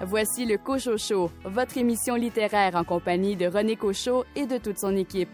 Voici le Cochocho, votre émission littéraire en compagnie de René Cochot et de toute son équipe.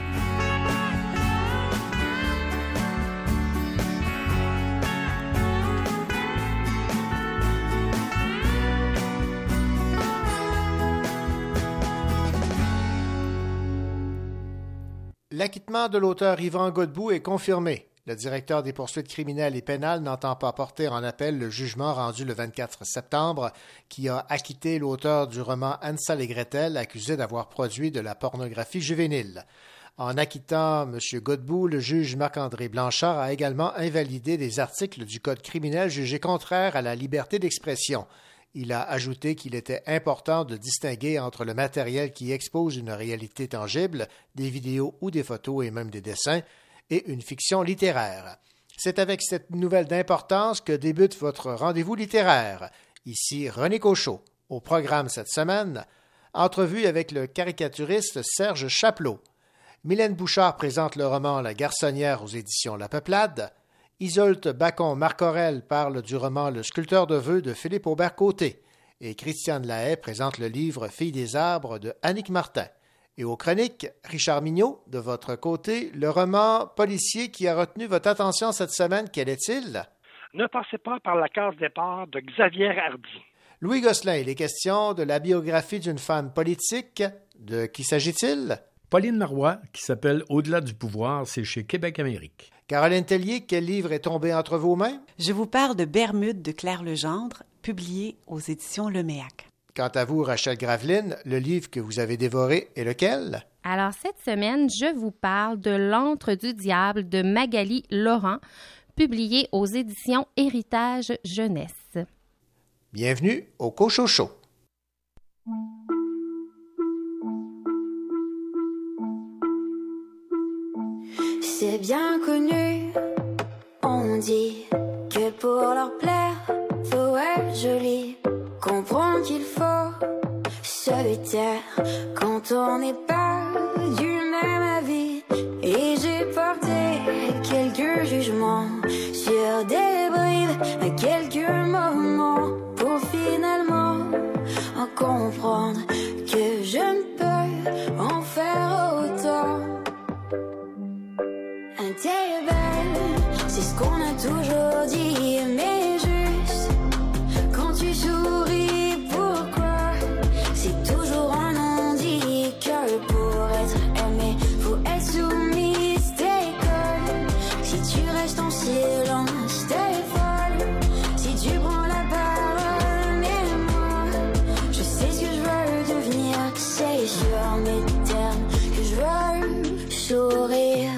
L'acquittement de l'auteur Yvan Godbout est confirmé. Le directeur des poursuites criminelles et pénales n'entend pas porter en appel le jugement rendu le 24 septembre qui a acquitté l'auteur du roman Hansel et Gretel accusé d'avoir produit de la pornographie juvénile. En acquittant M. Godbout, le juge Marc-André Blanchard a également invalidé des articles du Code criminel jugés contraires à la liberté d'expression. Il a ajouté qu'il était important de distinguer entre le matériel qui expose une réalité tangible, des vidéos ou des photos et même des dessins, et une fiction littéraire. C'est avec cette nouvelle d'importance que débute votre rendez-vous littéraire. Ici René Cochot. Au programme cette semaine, entrevue avec le caricaturiste Serge Chapelot. Mylène Bouchard présente le roman La Garçonnière aux éditions La Peuplade. Isolde Bacon-Marcorel parle du roman Le sculpteur de vœux de Philippe Aubert-Côté et Christiane Lahaye présente le livre Fille des arbres de Annick Martin. Et aux chroniques, Richard Mignot, de votre côté, le roman policier qui a retenu votre attention cette semaine, quel est-il? Ne passez pas par la case départ de Xavier Hardy. Louis Gosselin, il est question de la biographie d'une femme politique. De qui s'agit-il? Pauline Marois, qui s'appelle Au-delà du pouvoir, c'est chez Québec-Amérique. Caroline Tellier, quel livre est tombé entre vos mains? Je vous parle de Bermude de Claire Legendre, publié aux éditions Leméac. Quant à vous, Rachel Graveline, le livre que vous avez dévoré est lequel? Alors, cette semaine, je vous parle de L'antre du diable de Magali Laurent, publié aux éditions Héritage Jeunesse. Bienvenue au Cochocho. C'est bien connu, on dit que pour leur plaire, faut être joli, comprendre qu'il faut se taire quand on n'est pas du même avis. Et j'ai porté quelques jugements sur des bribes, quelques moments, pour finalement en comprendre que je ne peux en faire autant. T'es belle, c'est ce qu'on a toujours dit, mais juste quand tu souris, pourquoi? C'est toujours un handicap pour être aimé, faut être soumise, t'es conne. Si tu restes en silence, t'es folle. Si tu prends la parole, mais moi, je sais ce que je veux devenir, c'est sur mes termes que je veux sourire.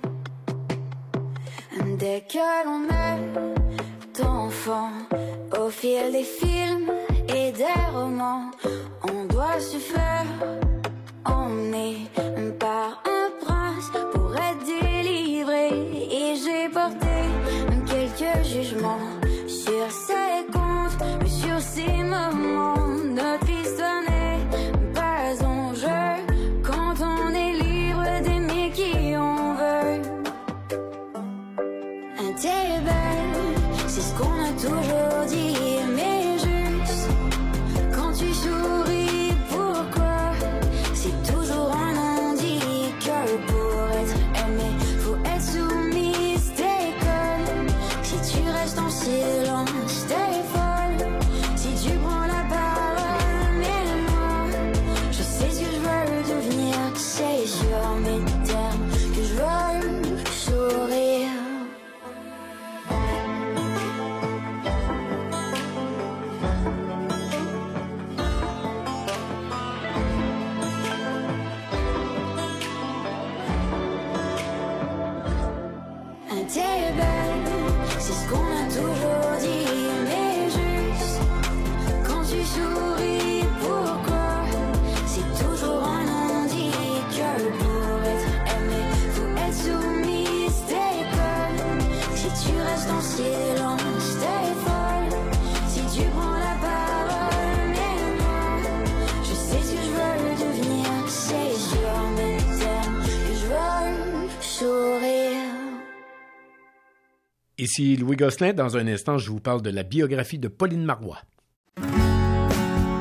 Dès que l'on est enfant, au fil des films et des romans, on doit se faire emmener par un prince pour être délivré. Et j'ai porté quelques jugements sur ses comptes, sur ses moments. Notre histoire n'est pas en jeu quand on est libre d'aimer qui on veut. T'es belle, c'est ce qu'on a toujours dit, mais juste quand tu souris, pourquoi? C'est toujours un handicap pour être aimé, faut être soumise, t'es conne. Si tu restes en silence, t'es folle. Si tu prends la parole, mais moi, je sais ce que je veux devenir, c'est sur mes termes que je veux sourire. T'es belle, c'est ce qu'on a toujours dit, mais juste quand tu souris, pourquoi? C'est toujours un handicap pour être aimé, faut être soumise, t'es conne. Si tu restes en silence, t'es folle. Si tu prends la parole, mais moi, je sais ce que je veux devenir, c'est sur mes termes que je veux sourire. Ici Louis Gosselin. Dans un instant, je vous parle de la biographie de Pauline Marois.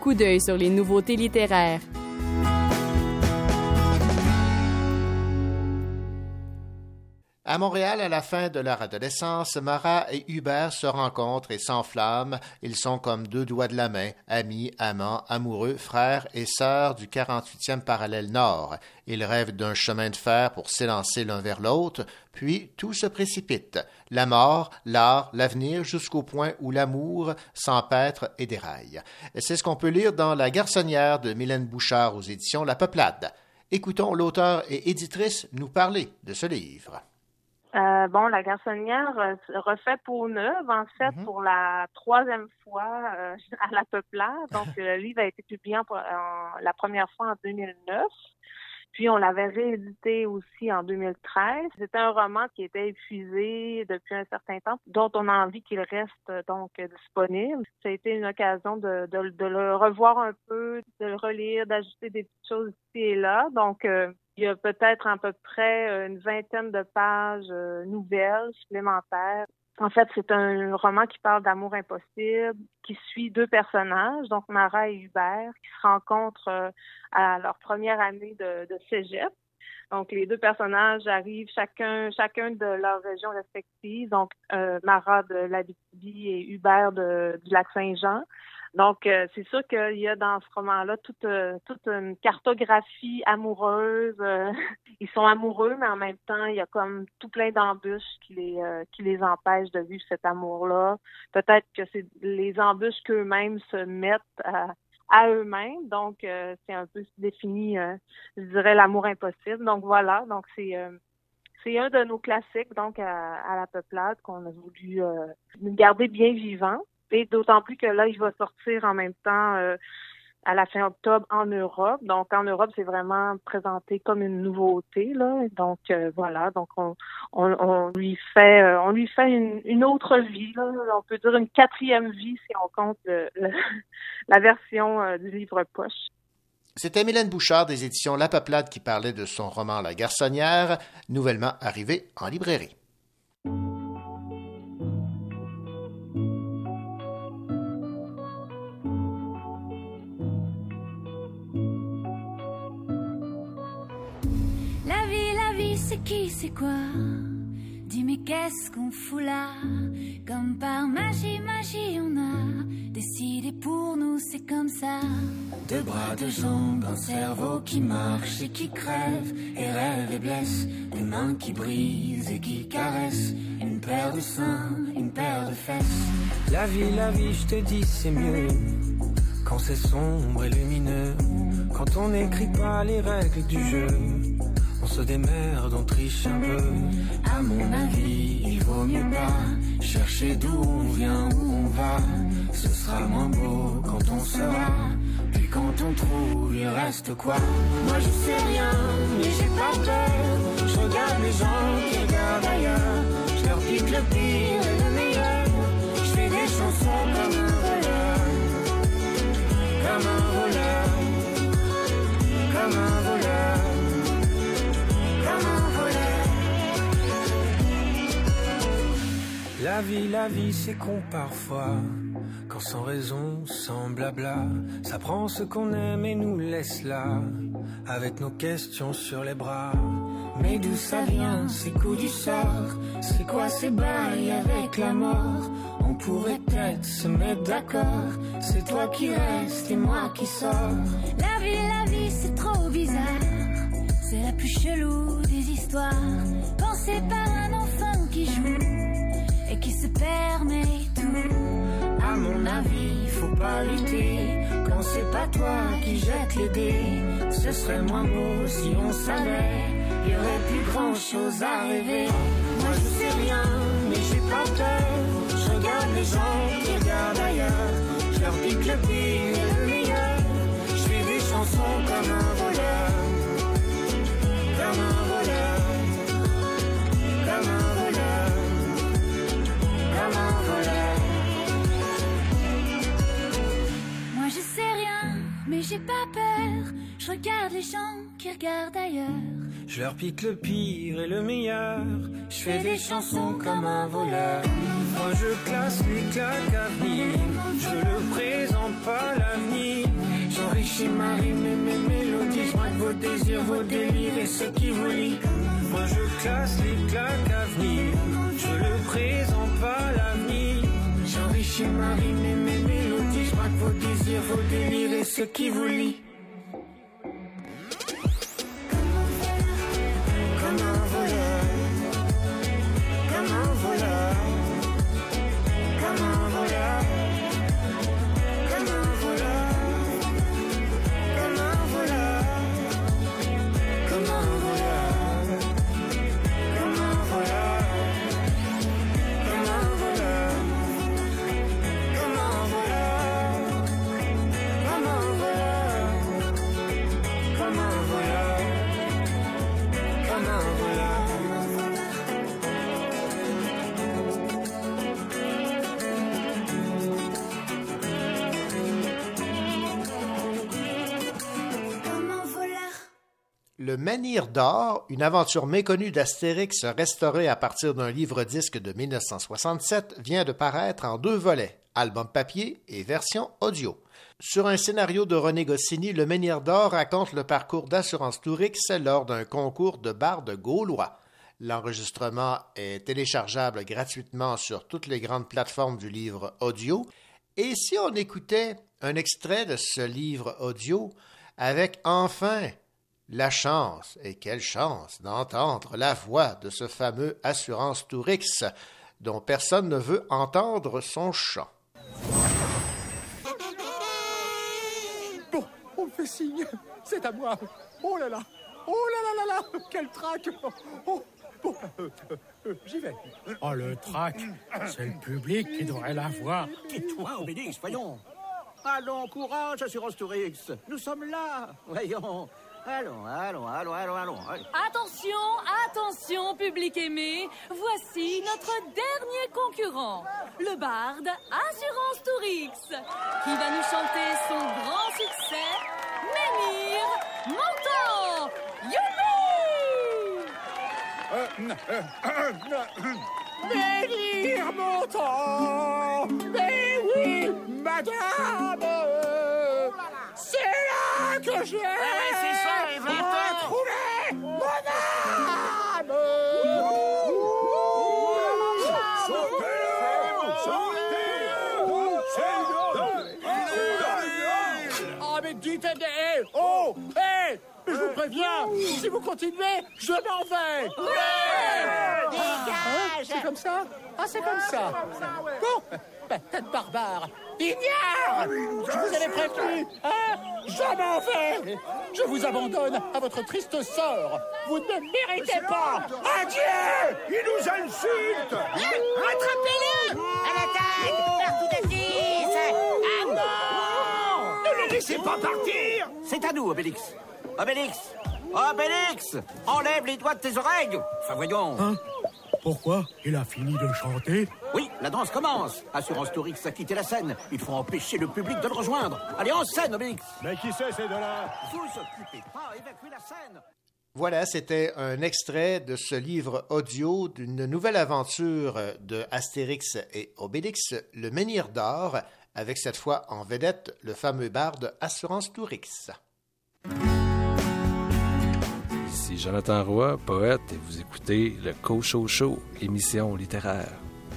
coup d'œil sur les nouveautés littéraires. À Montréal, à la fin de leur adolescence, Marat et Hubert se rencontrent et s'enflamment. Ils sont comme deux doigts de la main, amis, amants, amoureux, frères et sœurs du 48e parallèle nord. Ils rêvent d'un chemin de fer pour s'élancer l'un vers l'autre, puis tout se précipite. La mort, l'art, l'avenir, jusqu'au point où l'amour s'empêtre et déraille. C'est ce qu'on peut lire dans La Garçonnière de Mylène Bouchard aux éditions La Peuplade. Écoutons l'auteur et éditrice nous parler de ce livre. La Garçonnière refait peau neuve, en fait, pour la 3e fois à La Peuplade. Donc, le livre a été publié la première fois en 2009. Puis, on l'avait réédité aussi en 2013. C'était un roman qui était épuisé depuis un certain temps, dont on a envie qu'il reste donc disponible. Ça a été une occasion de le revoir un peu, de le relire, d'ajouter des petites choses ici et là. Donc, il y a peut-être à peu près une 20aine de pages nouvelles, supplémentaires. En fait, c'est un roman qui parle d'amour impossible, qui suit 2 personnages, donc Marat et Hubert, qui se rencontrent à leur première année de cégep. Donc, les 2 personnages arrivent chacun de leur région respective, donc Marat de l'Abitibi et Hubert du Lac-Saint-Jean. Donc, c'est sûr qu'il y a dans ce roman-là toute une cartographie amoureuse. Ils sont amoureux, mais en même temps, il y a comme tout plein d'embûches qui les empêchent de vivre cet amour-là. Peut-être que c'est les embûches qu'eux-mêmes se mettent à eux-mêmes. Donc, c'est un peu défini, je dirais, l'amour impossible. Donc, voilà. Donc, c'est un de nos classiques, donc, à La Peuplade, qu'on a voulu garder bien vivant. Et d'autant plus que là, il va sortir en même temps à la fin octobre en Europe. Donc, en Europe, c'est vraiment présenté comme une nouveauté, là. Donc, voilà. Donc, on lui fait une autre vie, là. On peut dire une 4e vie si on compte la version du livre poche. C'était Mylène Bouchard des éditions La Peuplade qui parlait de son roman La Garçonnière, nouvellement arrivé en librairie. C'est qui, c'est quoi? Dis mais qu'est-ce qu'on fout là? Comme par magie, on a décidé pour nous, c'est comme ça. 2 bras, 2 jambes, un cerveau qui marche et qui crève et rêve et blesse, des mains qui brisent et qui caressent, une paire de seins, une paire de fesses. La vie, je te dis c'est mieux quand c'est sombre et lumineux, quand on n'écrit pas les règles du jeu. On se démerde, on triche un peu. À mon avis, il vaut mieux pas chercher d'où on vient, où on va. Ce sera moins beau quand on saura. Puis quand on trouve, il reste quoi? Moi je sais rien, mais j'ai pas peur. Je regarde les gens qui regardent ailleurs. Je leur pique le pire et le meilleur. Je fais des chansons comme un voleur. Comme un voleur. Comme un voleur. La vie, c'est con parfois, quand sans raison, sans blabla, ça prend ce qu'on aime et nous laisse là, avec nos questions sur les bras. Mais d'où ça vient, ces coups du sort? C'est quoi ces bails avec la mort? On pourrait peut-être se mettre d'accord. C'est toi qui restes et moi qui sors. La vie, c'est trop bizarre. C'est la plus chelou des histoires, pensée par un enfant qui joue et qui se permet tout. À mon avis, faut pas lutter quand c'est pas toi qui jette les dés. Ce serait moins beau si on savait, il y aurait plus grand chose à rêver. Moi je sais rien, mais j'ai pas peur. Je regarde les gens qui regardent ailleurs. Je leur pique le pire et le meilleur. Je fais des chansons comme un voleur. Comme un voleur. Comme un voleur. Comme un voleur. Moi je sais rien, mais j'ai pas peur. Je regarde les gens qui regardent ailleurs. Je leur pique le pire et le meilleur. Je fais des chansons comme un voleur. Moi je classe les claques à venir. Je ne présente pas l'avenir. riches et marie, mes mélodies, je marque vos désirs, vos délires et ce qui vous lie. Moi je classe les claques à venir, je le présente pas l'avenir. J'enrichis ma rime et mes mélodies, je marque vos désirs, vos délires et ce qui vous lie. Comme un voleur, comme un voleur, comme un voleur, comme un voleur, comme un voleur, comme un voleur, comme un voleur, comme un voleur, comme un voleur, comme un voleur, comme un voleur, comme un voleur. Le Menhir d'or, une aventure méconnue d'Astérix restaurée à partir d'un livre-disque de 1967, vient de paraître en 2 volets, album papier et version audio. Sur un scénario de René Goscinny, Le Menhir d'or raconte le parcours d'Assurance Tourix lors d'un concours de bardes gaulois. L'enregistrement est téléchargeable gratuitement sur toutes les grandes plateformes du livre audio. Et si on écoutait un extrait de ce livre audio avec enfin la chance, et quelle chance, d'entendre la voix de ce fameux Assurance Tourix, dont personne ne veut entendre son chant. Bon, on me fait signe, c'est à moi. Oh là là, quel trac. Oh, bon, j'y vais. Oh, le trac, c'est le public qui devrait l'avoir. Tais-toi, Obélix, voyons. Allons, courage, Assurance Tourix. Nous sommes là, voyons. Allons. Attention, public aimé. Voici notre dernier concurrent, le barde Assurance Tourix, qui va nous chanter son grand succès, Menhir Montant. Menhir Montant. Mais oui, madame. C'est là que j'ai retrouvé mon âme. Oh, mais dites, mais je vous préviens, si vous continuez, je m'en vais. Dégage. C'est comme ça? Ah, c'est comme ça. Bon, tête barbare. Ignare! Je vous avais prévenu, hein? Je m'en vais! Je vous abandonne à votre triste sort. Vous ne me méritez pas! Adieu! Il nous insulte! Rattrapez-le! À l'attaque! Partout de 10! À mort! Ne le laissez pas partir! C'est à nous, Obélix! Obélix! Enlève les doigts de tes oreilles! Enfin, voyons! Hein? Pourquoi? Il a fini de chanter? Oui, la danse commence. Assurance Tourix a quitté la scène. Il faut empêcher le public de le rejoindre. Allez, en scène, Obélix! Mais qui c'est ces deux-là? Vous occupez pas, évacuez la scène! Voilà, c'était un extrait de ce livre audio d'une nouvelle aventure de Astérix et Obélix, Le Menhir d'or, avec cette fois en vedette le fameux barde Assurance Tourix. Ici Jonathan Roy, poète, et vous écoutez le Cochot Show, émission littéraire.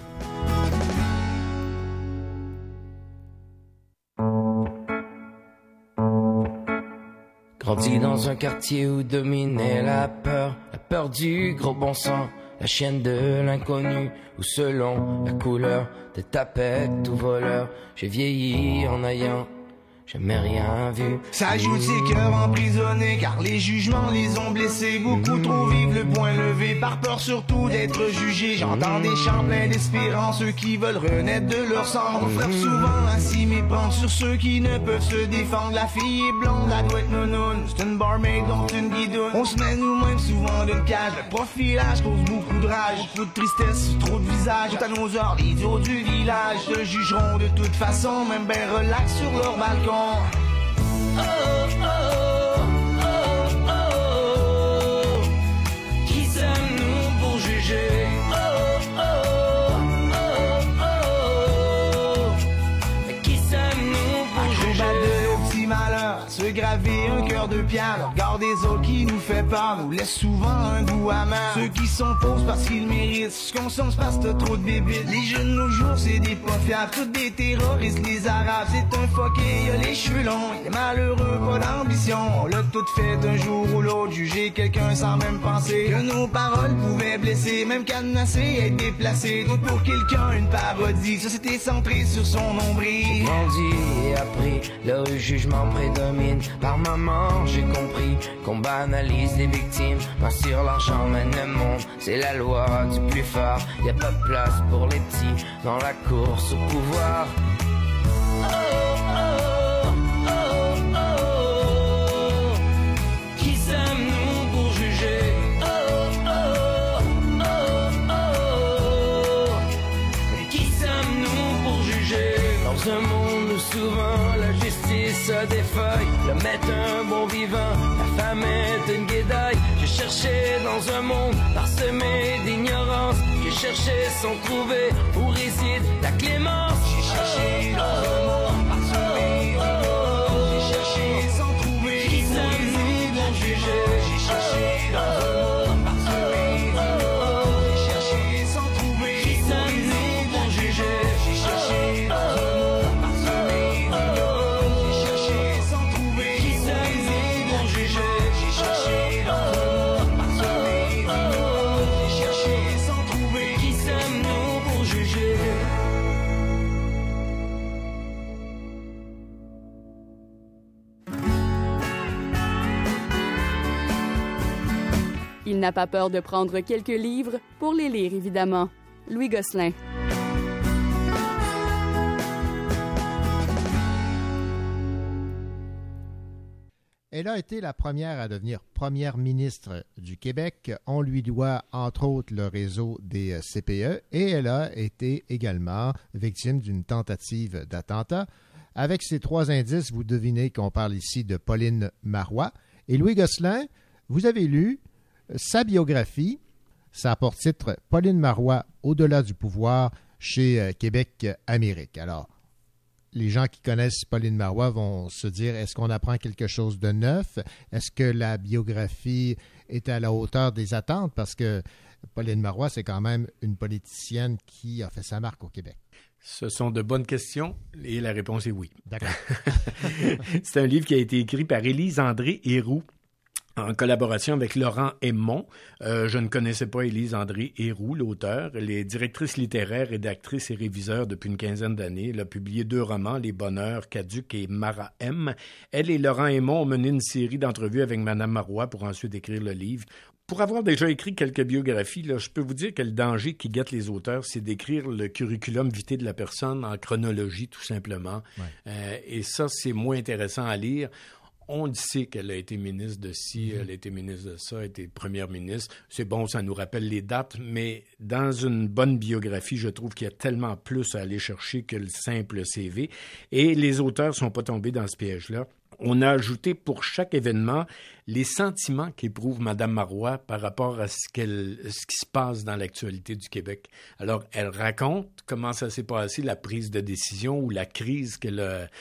Grandi dans un quartier où dominait la peur du gros bon sang, la chienne de l'inconnu, où selon la couleur des tapettes tout voleur, j'ai vieilli en ayant jamais rien vu. Ça joue de ses cœurs emprisonnés, car les jugements les ont blessés. Beaucoup trop vivent le point levé, par peur surtout d'être jugés. J'entends des chants pleins d'espérance, ceux qui veulent renaître de leur cendre. On frappe souvent à s'y méprendre sur ceux qui ne peuvent se défendre. La fille est blonde, elle doit être nounoune, c'est une barmaid dont une guidoune. On se met nous-mêmes souvent d'une cage, le profilage cause beaucoup de rage. Beaucoup de tristesse, trop de visage, tout à nos heures, les idiots du village te jugeront de toute façon, même ben relax sur leur balcon. Oh, oh, oh, oh, oh. Qui sommes-nous pour juger? Oh, oh, oh, oh. Qui sommes-nous pour juger? De nos petits malheurs, à se graver un cœur de pierre. Le regard des autres qui nous fait peur nous laisse souvent un goût amer. Ceux qui s'opposent parce qu'ils méritent, se conscience parce que t'as trop de bébites. Les jeunes nos jours c'est des pas fiables, tous des terroristes, les arabes. C'est un fucké, y'a les cheveux longs, il est malheureux, pas d'ambition. On l'a tout fait un jour ou l'autre, juger quelqu'un sans même penser que nos paroles pouvaient blesser, même canasser, être déplacé. Tout pour quelqu'un une parodie, société centrée sur son nombril. J'ai grandi et appris, le jugement prédomine. Par maman j'ai compris qu'on banalise les victimes. Mentir l'argent mène le monde, c'est la loi du plus fort. Y'a pas de place pour les petits dans la course au pouvoir. Oh, oh, oh, oh, oh. Qui sommes-nous pour juger? Oh, oh, oh, oh, oh. Qui sommes-nous pour juger? Dans un monde où souvent la justice a des failles, le maître un bon vivant, la femme est une guédaille. J'ai cherché dans un monde parsemé d'ignorance, j'ai cherché sans trouver où réside la clémence. J'ai cherché dans un monde parsemé d'ignorance, j'ai cherché sans trouver qui sommes-nous pour juger? J'ai cherché dans un monde parsemé d'ignorance, j'ai cherché sans trouver qui sommes-nous pour juger? J'ai cherché dans un monde parsemé d'ignorance, j'ai cherché sans trouver qui sommes-nous pour juger? J'ai cherché dans un monde parsemé d'ignorance, j'ai cherché sans trouver qui sommes-nous pour juger? Il n'a pas peur de prendre quelques livres pour les lire, évidemment. Louis Gosselin. Elle a été la première à devenir première ministre du Québec. On lui doit, entre autres, le réseau des CPE et elle a été également victime d'une tentative d'attentat. Avec ces trois indices, vous devinez qu'on parle ici de Pauline Marois. Et Louis Gosselin, vous avez lu sa biographie. Ça a pour titre « Pauline Marois, au-delà du pouvoir » chez Québec Amérique. Alors, les gens qui connaissent Pauline Marois vont se dire, est-ce qu'on apprend quelque chose de neuf? Est-ce que la biographie est à la hauteur des attentes? Parce que Pauline Marois, c'est quand même une politicienne qui a fait sa marque au Québec. Ce sont de bonnes questions et la réponse est oui. D'accord. C'est un livre qui a été écrit par Élise André Héroux en collaboration avec Laurent Aymon. Je ne connaissais pas Élise André Héroux, l'auteur. Elle est directrice littéraire, rédactrice et réviseur depuis une quinzaine d'années. Elle a publié 2 romans, Les Bonheurs, Caduc et Mara M. Elle et Laurent Aymon ont mené une série d'entrevues avec Mme Marois pour ensuite écrire le livre. Pour avoir déjà écrit quelques biographies, là, je peux vous dire que le danger qui guette les auteurs, c'est d'écrire le curriculum vitae de la personne en chronologie, tout simplement. Ouais. Et ça, c'est moins intéressant à lire. On le sait qu'elle a été ministre de ci, elle a été ministre de ça, elle a été première ministre. C'est bon, ça nous rappelle les dates, mais dans une bonne biographie, je trouve qu'il y a tellement plus à aller chercher que le simple CV. Et les auteurs ne sont pas tombés dans ce piège-là. On a ajouté pour chaque événement les sentiments qu'éprouve Mme Marois par rapport à ce qui se passe dans l'actualité du Québec. Alors, elle raconte comment ça s'est passé, la prise de décision ou la crise qu'elle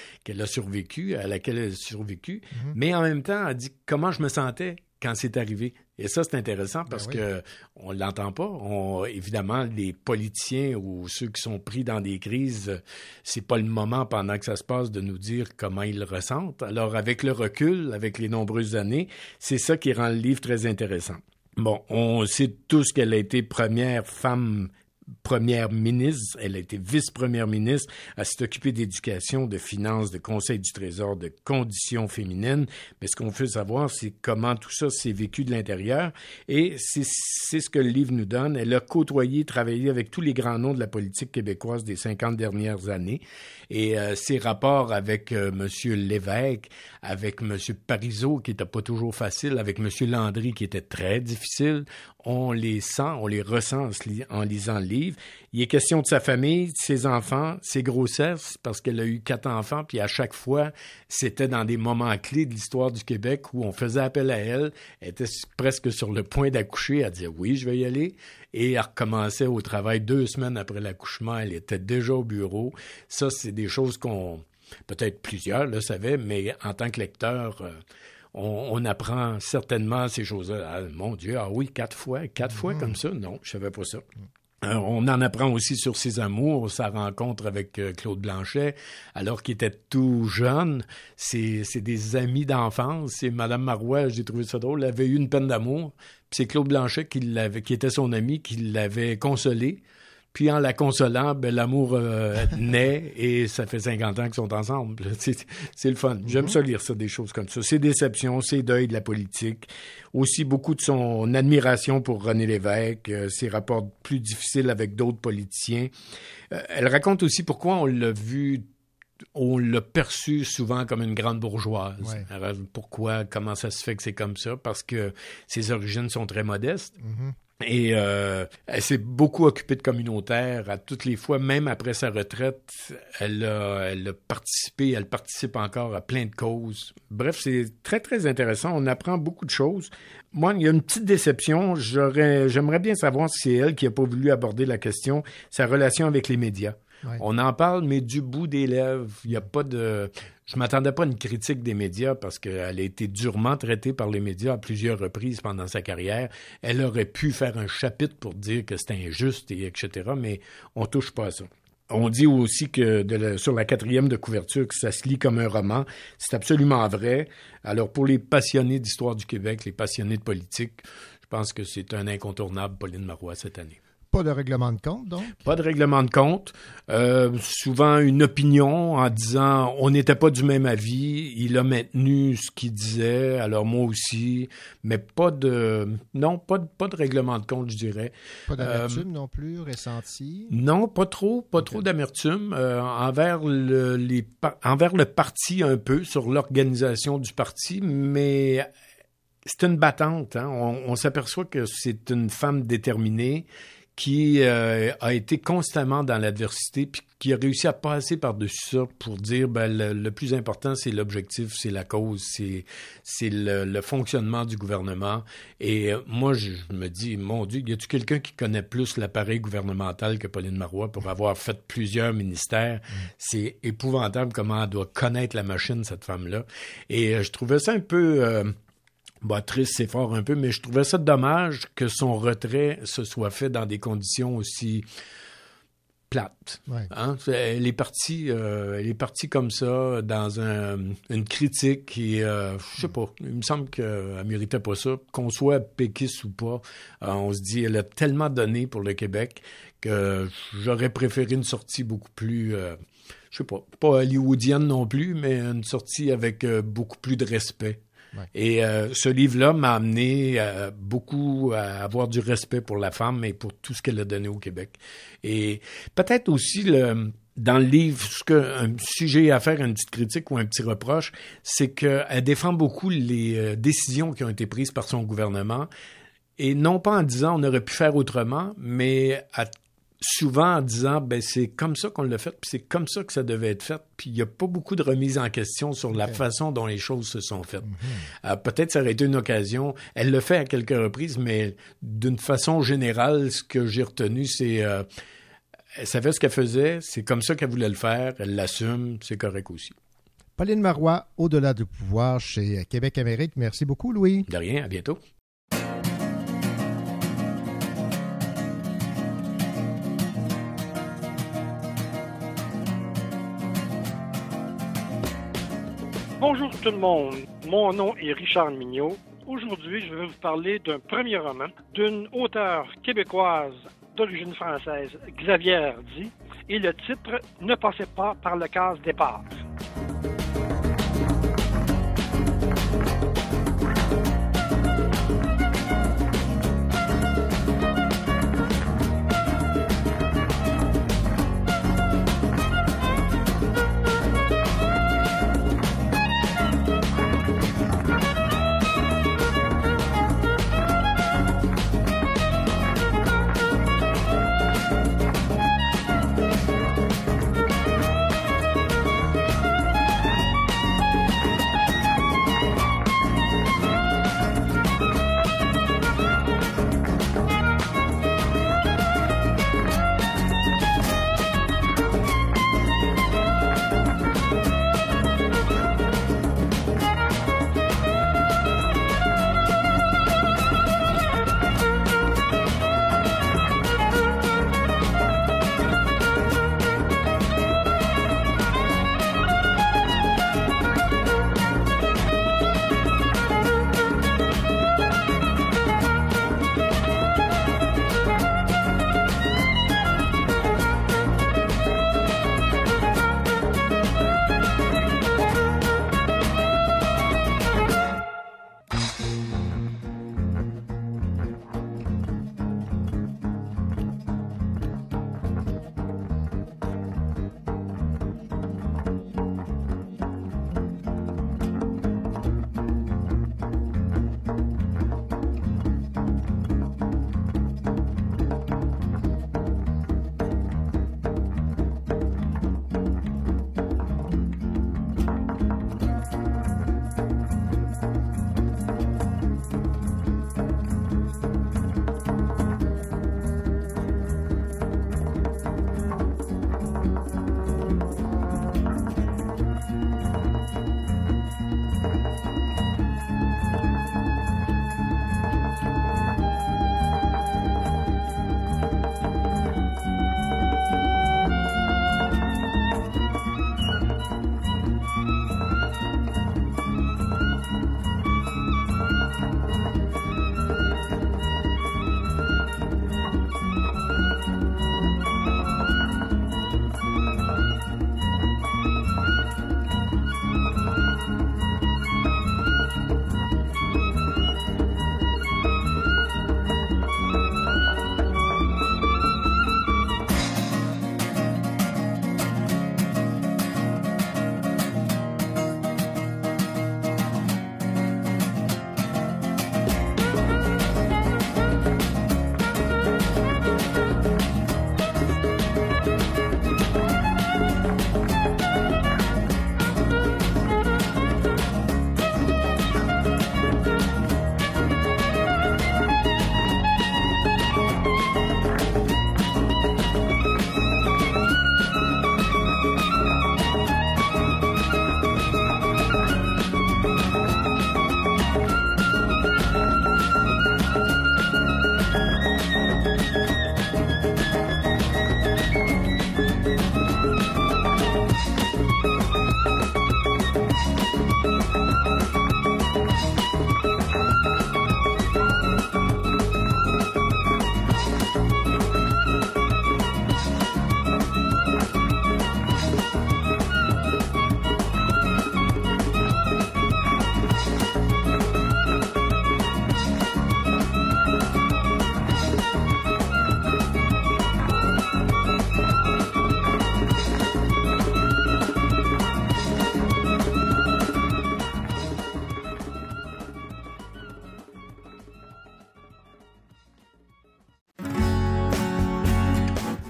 a survécu, à laquelle elle a survécu, mais en même temps, elle dit comment je me sentais quand c'est arrivé. Et ça, c'est intéressant parce que on l'entend pas. Évidemment, les politiciens ou ceux qui sont pris dans des crises, c'est pas le moment pendant que ça se passe de nous dire comment ils le ressentent. Alors, avec le recul, avec les nombreuses années, c'est ça qui rend le livre très intéressant. Bon, on sait tous qu'elle a été première femme première ministre, elle a été vice-première ministre, elle s'est occupée d'éducation, de finances, de conseil du trésor, de conditions féminines. Mais ce qu'on veut savoir, c'est comment tout ça s'est vécu de l'intérieur. Et c'est ce que le livre nous donne. Elle a côtoyé, travaillé avec tous les grands noms de la politique québécoise des 50 dernières années. Et ses rapports avec M. Lévesque, avec M. Parizeau, qui n'était pas toujours facile, avec M. Landry, qui était très difficile, on les sent, on les ressent en lisant le livre. Il est question de sa famille, de ses enfants, ses grossesses, parce qu'elle a eu 4 enfants, puis à chaque fois, c'était dans des moments clés de l'histoire du Québec où on faisait appel à elle. Elle était presque sur le point d'accoucher. Elle disait « oui, je vais y aller ». Et elle recommençait au travail 2 semaines après l'accouchement. Elle était déjà au bureau. Ça, c'est des choses qu'on peut-être plusieurs le savaient, mais en tant que lecteur, on apprend certainement ces choses-là. Ah, mon Dieu, ah oui, 4 fois comme ça? Non, je savais pas ça. On en apprend aussi sur ses amours, sa rencontre avec Claude Blanchet, alors qu'il était tout jeune. C'est des amis d'enfance. Et Mme Marois, j'ai trouvé ça drôle, avait eu une peine d'amour. Puis c'est Claude Blanchet qui était son ami, qui l'avait consolé. Puis en la consolant, ben, l'amour naît et ça fait 50 ans qu'ils sont ensemble. C'est le fun. J'aime ça lire ça, des choses comme ça. Ses déceptions, ses deuils de la politique. Aussi beaucoup de son admiration pour René Lévesque, ses rapports plus difficiles avec d'autres politiciens. Elle raconte aussi pourquoi on l'a perçu souvent comme une grande bourgeoise. Ouais. Alors, pourquoi, comment ça se fait que c'est comme ça? Parce que ses origines sont très modestes. Mm-hmm. Et elle s'est beaucoup occupée de communautaire à toutes les fois, même après sa retraite, elle a participé, elle participe encore à plein de causes. Bref, c'est très, très intéressant. On apprend beaucoup de choses. Moi, il y a une petite déception. J'aimerais bien savoir si c'est elle qui n'a pas voulu aborder la question, sa relation avec les médias. Ouais. On en parle, mais du bout des lèvres. Il n'y a pas de... Je m'attendais pas à une critique des médias parce qu'elle a été durement traitée par les médias à plusieurs reprises pendant sa carrière. Elle aurait pu faire un chapitre pour dire que c'était injuste, et etc., mais on touche pas à ça. On dit aussi que sur la 4e de couverture que ça se lit comme un roman. C'est absolument vrai. Alors, pour les passionnés d'histoire du Québec, les passionnés de politique, je pense que c'est un incontournable, Pauline Marois, cette année. Pas de règlement de compte, donc? Pas de règlement de compte. Souvent une opinion en disant on n'était pas du même avis. Il a maintenu ce qu'il disait, alors moi aussi. Mais pas de règlement de compte, je dirais. Pas d'amertume non plus, ressenti? Non, pas trop d'amertume. Envers le parti un peu, sur l'organisation du parti, mais... C'est une battante. Hein? On s'aperçoit que c'est une femme déterminée qui a été constamment dans l'adversité puis qui a réussi à passer par-dessus ça pour dire le plus important, c'est l'objectif, c'est la cause, c'est le fonctionnement du gouvernement. Et moi, je me dis, mon Dieu, y a-t-il quelqu'un qui connaît plus l'appareil gouvernemental que Pauline Marois pour avoir fait plusieurs ministères? C'est épouvantable comment elle doit connaître la machine, cette femme-là. Et je trouvais ça un peu... triste, c'est fort un peu, mais je trouvais ça dommage que son retrait se soit fait dans des conditions aussi plates. Ouais. Hein? Elle est partie comme ça dans une critique qui, je sais pas, il me semble qu'elle méritait pas ça. Qu'on soit péquiste ou pas, on se dit, elle a tellement donné pour le Québec que j'aurais préféré une sortie beaucoup plus... je sais pas hollywoodienne non plus, mais une sortie avec beaucoup plus de respect. Ouais. Et ce livre-là m'a amené beaucoup à avoir du respect pour la femme et pour tout ce qu'elle a donné au Québec. Et peut-être aussi, dans le livre, si j'ai à faire une petite critique ou un petit reproche, c'est qu'elle défend beaucoup les décisions qui ont été prises par son gouvernement. Et non pas en disant on aurait pu faire autrement, mais souvent en disant c'est comme ça qu'on l'a fait, puis c'est comme ça que ça devait être fait, puis il n'y a pas beaucoup de remise en question sur la façon dont les choses se sont faites. Peut-être ça aurait été une occasion, elle le fait à quelques reprises, mais d'une façon générale, ce que j'ai retenu, c'est elle savait ce qu'elle faisait, c'est comme ça qu'elle voulait le faire, elle l'assume, c'est correct aussi. Pauline Marois, Au-delà du pouvoir chez Québec Amérique. Merci beaucoup, Louis. De rien, à bientôt. Bonjour tout le monde, mon nom est Richard Mignot. Aujourd'hui, je vais vous parler d'un premier roman d'une auteure québécoise d'origine française, Xavière Di, et le titre « Ne passez pas par le case départ ».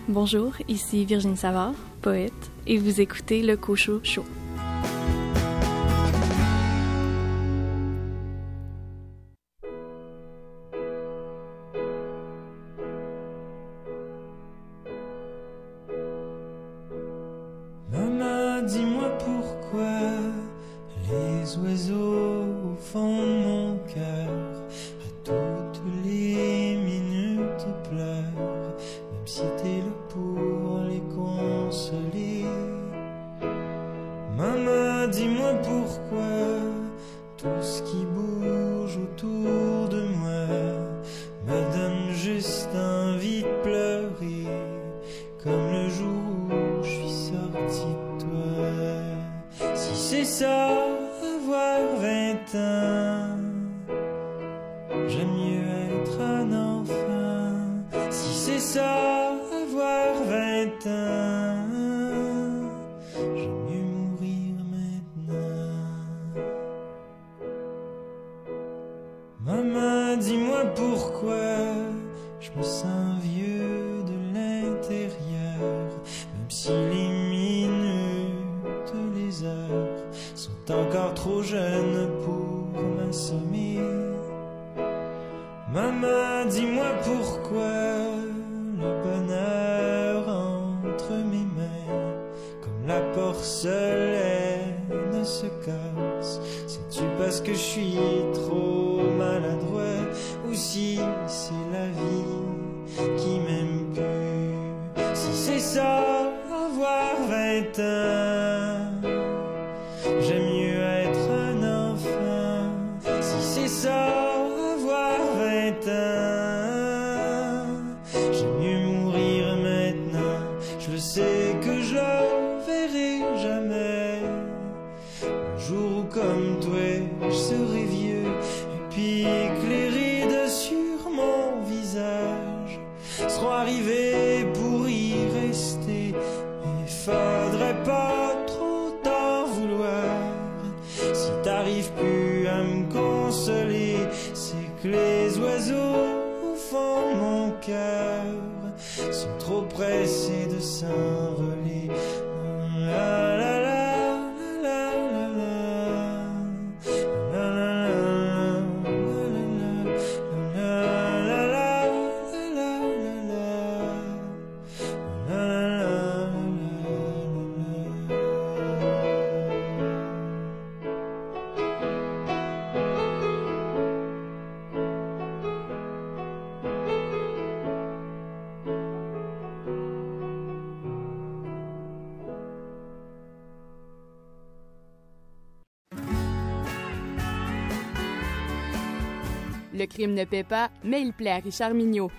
Bonjour, ici Virginie Savard, poète, et vous écoutez le Cochot Show. Maman, dis-moi pourquoi les oiseaux au fond de mon cœur à toutes les minutes pleurent, même si t'es là pour les consoler. Maman, dis-moi pourquoi tout ce qui bouge autour de moi me donne juste envie de pleurer, comme le jour où je suis sorti de toi. Si c'est ça, avoir 20 ans, j'aime mieux être un enfant. Si c'est ça, avoir 20 ans, j'aime mieux mourir maintenant. Maman, dis-moi pourquoi je me sens vieux de l'intérieur, même si les minutes, les heures sont encore trop jeunes pour m'assommer. Maman, dis-moi pourquoi le bonheur entre mes mains, comme la porcelaine se casse. C'est-tu parce que je suis trop maladroit, ou si c'est la vie qui m'aime plus? Si c'est ça, avoir 20 ans, j'aime mieux être un enfant. Si c'est ça, avoir 20 ans, j'aime mieux mourir maintenant. Je sais que je le verrai jamais, un jour où comme toi je serai vieux, et puis que les rides sur mon visage seront arrivées pour y rester. Il faudrait pas trop t'en vouloir si t'arrives plus à me consoler. C'est que les oiseaux au fond de mon cœur sont trop pressés de s'envoler. La la la. Le crime ne paie pas, mais il plaît à Richard Mignot.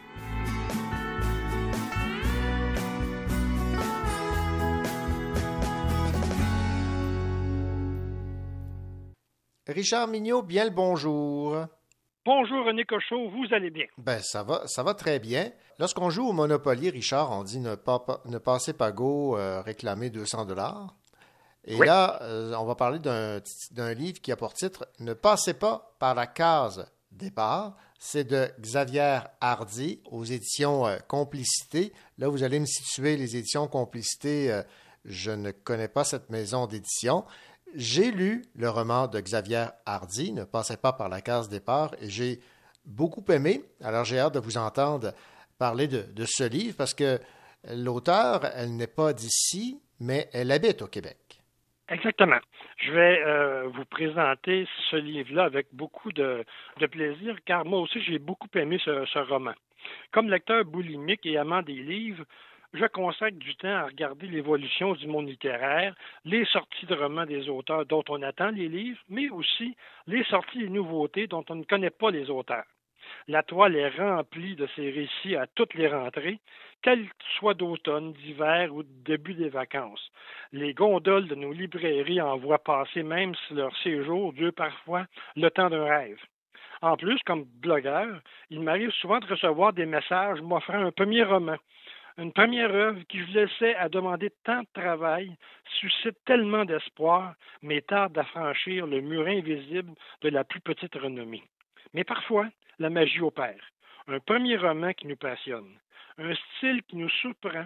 Richard Mignot, bien le bonjour. Bonjour René Cochot, vous allez bien? Ben ça va très bien. Lorsqu'on joue au Monopoly, Richard, on dit ne passez pas go, réclamer 200 $. Et oui. Là, on va parler d'un livre qui a pour titre « Ne passez pas par la case départ ». C'est de Xavier Hardy aux éditions Complicité. Là, vous allez me situer les éditions Complicité. Je ne connais pas cette maison d'édition. J'ai lu le roman de Xavier Hardy, « Ne passez pas par la case départ », et j'ai beaucoup aimé. Alors, j'ai hâte de vous entendre parler de ce livre parce que l'auteure, elle n'est pas d'ici, mais elle habite au Québec. Exactement. Je vais vous présenter ce livre-là avec beaucoup de plaisir, car moi aussi, j'ai beaucoup aimé ce roman. Comme lecteur boulimique et amant des livres, je consacre du temps à regarder l'évolution du monde littéraire, les sorties de romans des auteurs dont on attend les livres, mais aussi les sorties et nouveautés dont on ne connaît pas les auteurs. La toile est remplie de ces récits à toutes les rentrées, qu'elles soient d'automne, d'hiver ou de début des vacances. Les gondoles de nos librairies en voient passer même si leur séjour dure parfois le temps d'un rêve. En plus, comme blogueur, il m'arrive souvent de recevoir des messages m'offrant un premier roman. Une première œuvre qui, je le sais, a demandé tant de travail, suscite tellement d'espoir, mais tarde à franchir le mur invisible de la plus petite renommée. Mais parfois, la magie opère. Un premier roman qui nous passionne, un style qui nous surprend,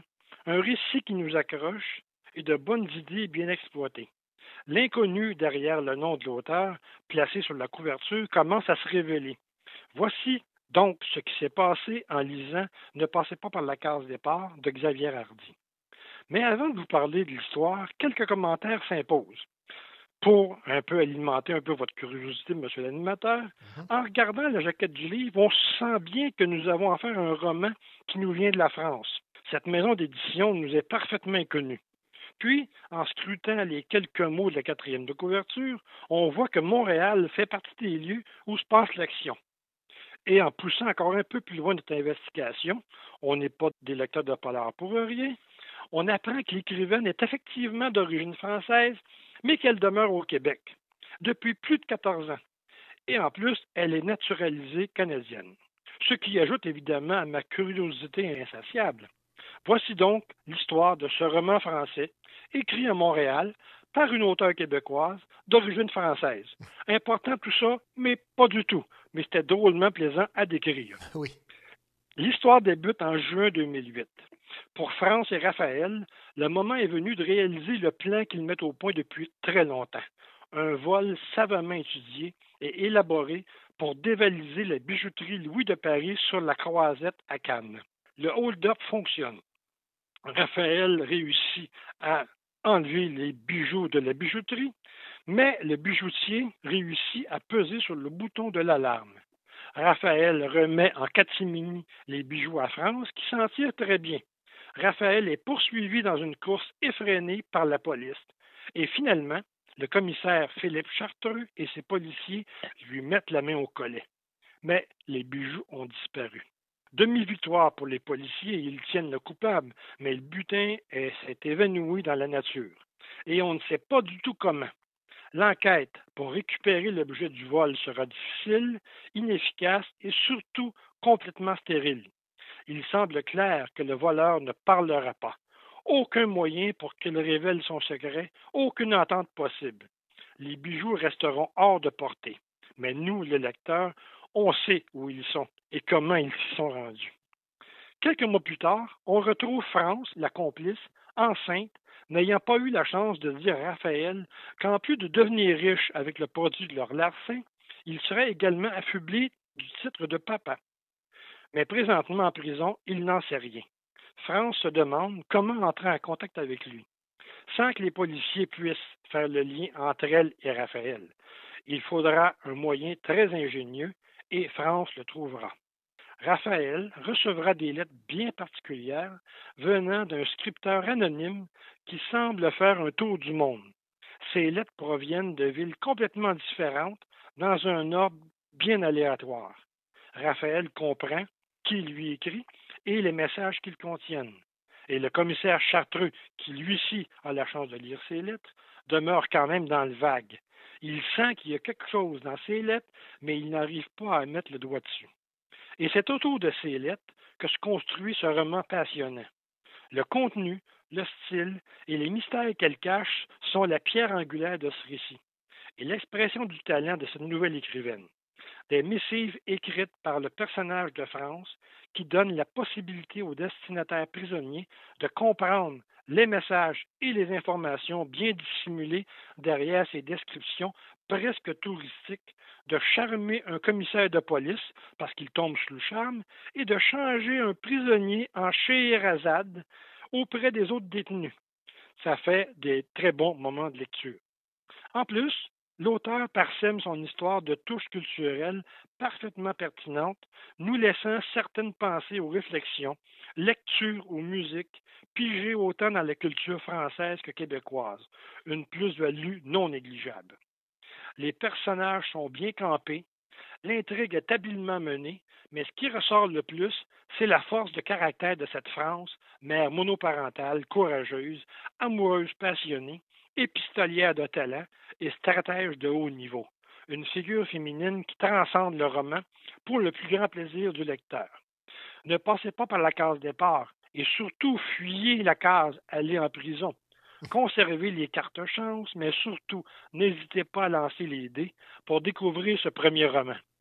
Un récit qui nous accroche et de bonnes idées bien exploitées. L'inconnu derrière le nom de l'auteur, placé sur la couverture, commence à se révéler. Voici donc ce qui s'est passé en lisant Ne passez pas par la case départ de Xavier Hardy. Mais avant de vous parler de l'histoire, quelques commentaires s'imposent. Pour un peu alimenter un peu votre curiosité, monsieur l'animateur, en regardant la jaquette du livre, on sent bien que nous avons affaire à un roman qui nous vient de la France. Cette maison d'édition nous est parfaitement inconnue. Puis, en scrutant les quelques mots de la 4e de couverture, on voit que Montréal fait partie des lieux où se passe l'action. Et en poussant encore un peu plus loin notre investigation, on n'est pas des lecteurs de polar pour rien, on apprend que l'écrivaine est effectivement d'origine française, mais qu'elle demeure au Québec depuis plus de 14 ans. Et en plus, elle est naturalisée canadienne. Ce qui ajoute évidemment à ma curiosité insatiable. Voici donc l'histoire de ce roman français, écrit à Montréal par une auteure québécoise d'origine française. Important tout ça, mais pas du tout. Mais c'était drôlement plaisant à décrire. Oui. L'histoire débute en juin 2008. Pour France et Raphaël, le moment est venu de réaliser le plan qu'ils mettent au point depuis très longtemps. Un vol savamment étudié et élaboré pour dévaliser la bijouterie Louis de Paris sur la Croisette à Cannes. Le hold-up fonctionne. Raphaël réussit à enlever les bijoux de la bijouterie, mais le bijoutier réussit à peser sur le bouton de l'alarme. Raphaël remet en catimini les bijoux à France, qui s'en tire très bien. Raphaël est poursuivi dans une course effrénée par la police. Et finalement, le commissaire Philippe Chartreux et ses policiers lui mettent la main au collet. Mais les bijoux ont disparu. Demi-victoire pour les policiers, ils tiennent le coupable, mais le butin s'est évanoui dans la nature. Et on ne sait pas du tout comment. L'enquête pour récupérer l'objet du vol sera difficile, inefficace et surtout complètement stérile. Il semble clair que le voleur ne parlera pas. Aucun moyen pour qu'il révèle son secret, aucune entente possible. Les bijoux resteront hors de portée. Mais nous, les lecteurs, on sait où ils sont et comment ils s'y sont rendus. Quelques mois plus tard, on retrouve France, la complice, enceinte, n'ayant pas eu la chance de dire à Raphaël qu'en plus de devenir riche avec le produit de leur larcin, il serait également affublé du titre de papa. Mais présentement en prison, il n'en sait rien. France se demande comment entrer en contact avec lui, sans que les policiers puissent faire le lien entre elle et Raphaël. Il faudra un moyen très ingénieux et France le trouvera. Raphaël recevra des lettres bien particulières venant d'un scripteur anonyme qui semble faire un tour du monde. Ces lettres proviennent de villes complètement différentes dans un ordre bien aléatoire. Raphaël comprend qui lui écrit et les messages qu'ils contiennent. Et le commissaire Chartreux, qui lui-ci a la chance de lire ces lettres, demeure quand même dans le vague. Il sent qu'il y a quelque chose dans ces lettres, mais il n'arrive pas à mettre le doigt dessus. Et c'est autour de ces lettres que se construit ce roman passionnant. Le contenu, le style et les mystères qu'elles cachent sont la pierre angulaire de ce récit et l'expression du talent de cette nouvelle écrivaine. Des missives écrites par le personnage de France qui donnent la possibilité aux destinataires prisonniers de comprendre les messages et les informations bien dissimulées derrière ces descriptions presque touristiques, de charmer un commissaire de police parce qu'il tombe sous le charme et de changer un prisonnier en Scheherazade auprès des autres détenus. Ça fait des très bons moments de lecture. En plus, l'auteur parsème son histoire de touches culturelles parfaitement pertinentes, nous laissant certaines pensées aux réflexions, lectures ou musique, pigées autant dans la culture française que québécoise, une plus-value non négligeable. Les personnages sont bien campés, l'intrigue est habilement menée, mais ce qui ressort le plus, c'est la force de caractère de cette France, mère monoparentale, courageuse, amoureuse passionnée, épistolière de talent et stratège de haut niveau. Une figure féminine qui transcende le roman pour le plus grand plaisir du lecteur. Ne passez pas par la case départ et surtout fuyez la case aller en prison. Conservez les cartes chance, mais surtout n'hésitez pas à lancer les dés pour découvrir ce premier roman.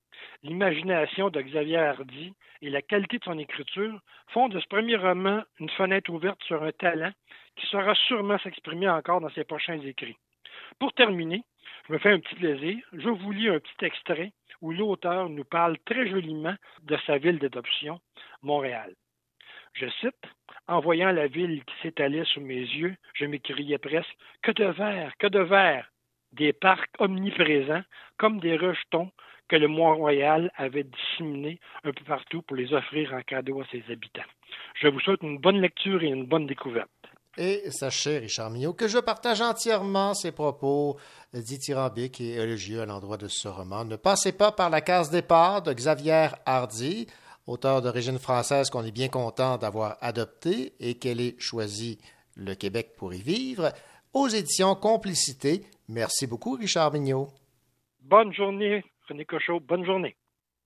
l'imagination de Xavier Hardy et la qualité de son écriture font de ce premier roman une fenêtre ouverte sur un talent qui saura sûrement s'exprimer encore dans ses prochains écrits. Pour terminer, je me fais un petit plaisir. Je vous lis un petit extrait où l'auteur nous parle très joliment de sa ville d'adoption, Montréal. Je cite, « En voyant la ville qui s'étalait sous mes yeux, je m'écriais presque « Que de verre, que de verre !» Des parcs omniprésents, comme des rejetons que le Mont-Royal avait disséminés un peu partout pour les offrir en cadeau à ses habitants. Je vous souhaite une bonne lecture et une bonne découverte. Et sachez, Richard Mignot, que je partage entièrement ces propos dithyrambiques et élogieux à l'endroit de ce roman. Ne passez pas par la case départ de Xavier Hardy, auteur d'origine française qu'on est bien content d'avoir adopté et qu'elle ait choisi le Québec pour y vivre, aux éditions Complicité. Merci beaucoup, Richard Mignot. Bonne journée, René Cochot. Bonne journée.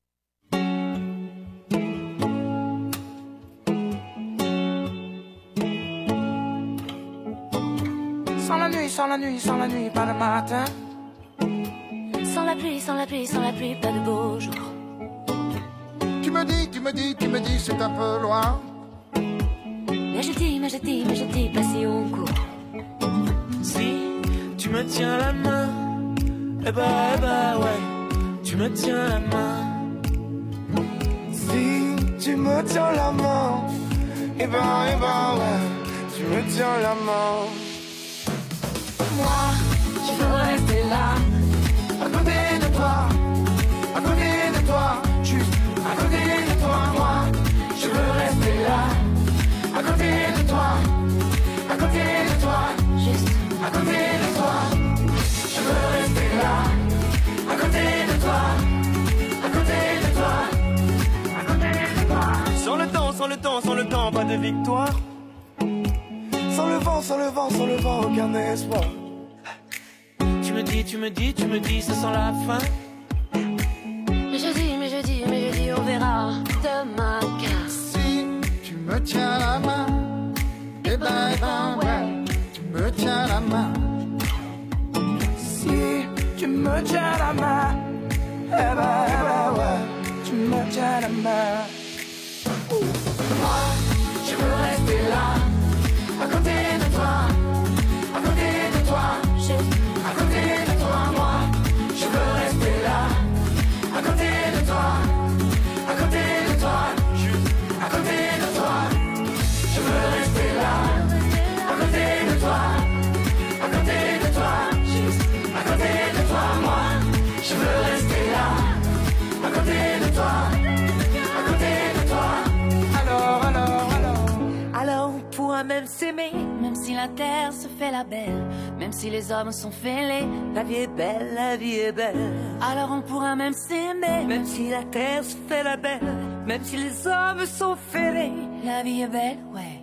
Sans la nuit, sans la nuit, sans la nuit, pas de matin. Sans la pluie, sans la pluie, sans la pluie, pas de beau jour. Tu me dis, c'est un peu loin. Mais je dis, pas si on court. Si tu me tiens la main, eh ben ouais, tu me tiens la main. Si tu me tiens la main, eh ben ouais, tu me tiens la main. Moi, je veux rester là, à côté de toi, à côté de toi, juste à côté de toi. Moi, je veux rester là, à côté de toi, à côté de toi, juste à côté de toi. Je veux rester là, à côté de toi, à côté de toi, à côté de toi. Sans le temps, sans le temps, sans le temps, pas de victoire. Sans le vent, sans le vent, sans le vent, aucun espoir. Tu me dis, ça sent la fin. Mais je dis, on verra demain. Car Si tu me tiens la main, eh ben ouais, tu me tiens la main. Si tu me tiens la main, eh ben ouais, tu me tiens la main. Moi, je veux rester là, à côté de toi, à côté de toi, juste à côté de toi. Moi, je veux rester là, à côté de toi, à côté de toi, juste à côté de toi. Je veux rester là, à côté de toi, à côté de toi, juste à côté de toi. Moi, je veux rester là, à côté de toi, à côté de toi. alors on pourra même s'aimer, même si la terre se fait la belle, même si les hommes sont fêlés. La vie est belle, la vie est belle. Alors on pourra même s'aimer, même si la terre se fait la belle, même si les hommes sont fêlés. La vie est belle, ouais.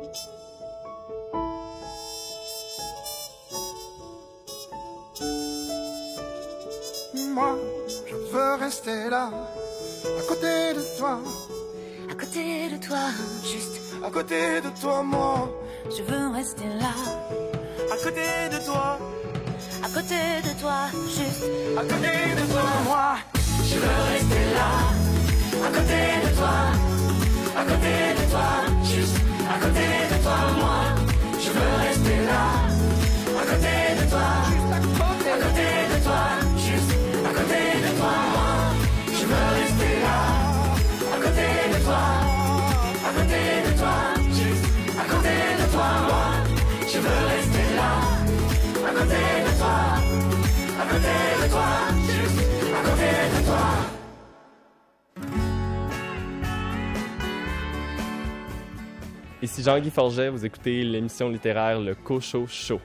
Moi, je veux rester là, à côté de toi, à côté de toi, juste à côté de toi. Moi, je veux rester là, À côté de toi, à côté de toi, juste à côté de toi. Moi, je veux rester là, à côté de toi, à côté de toi, juste à côté de toi. Moi, je veux rester là, à côté de toi, juste à côté de toi, juste à côté de toi. Moi, je veux rester là, à côté de toi, à côté de toi, juste à côté de toi. Moi, je veux rester là, à côté de toi, à côté de toi, juste à côté de toi. Ici Jean-Guy Forget, vous écoutez l'émission littéraire Le Cochot Show.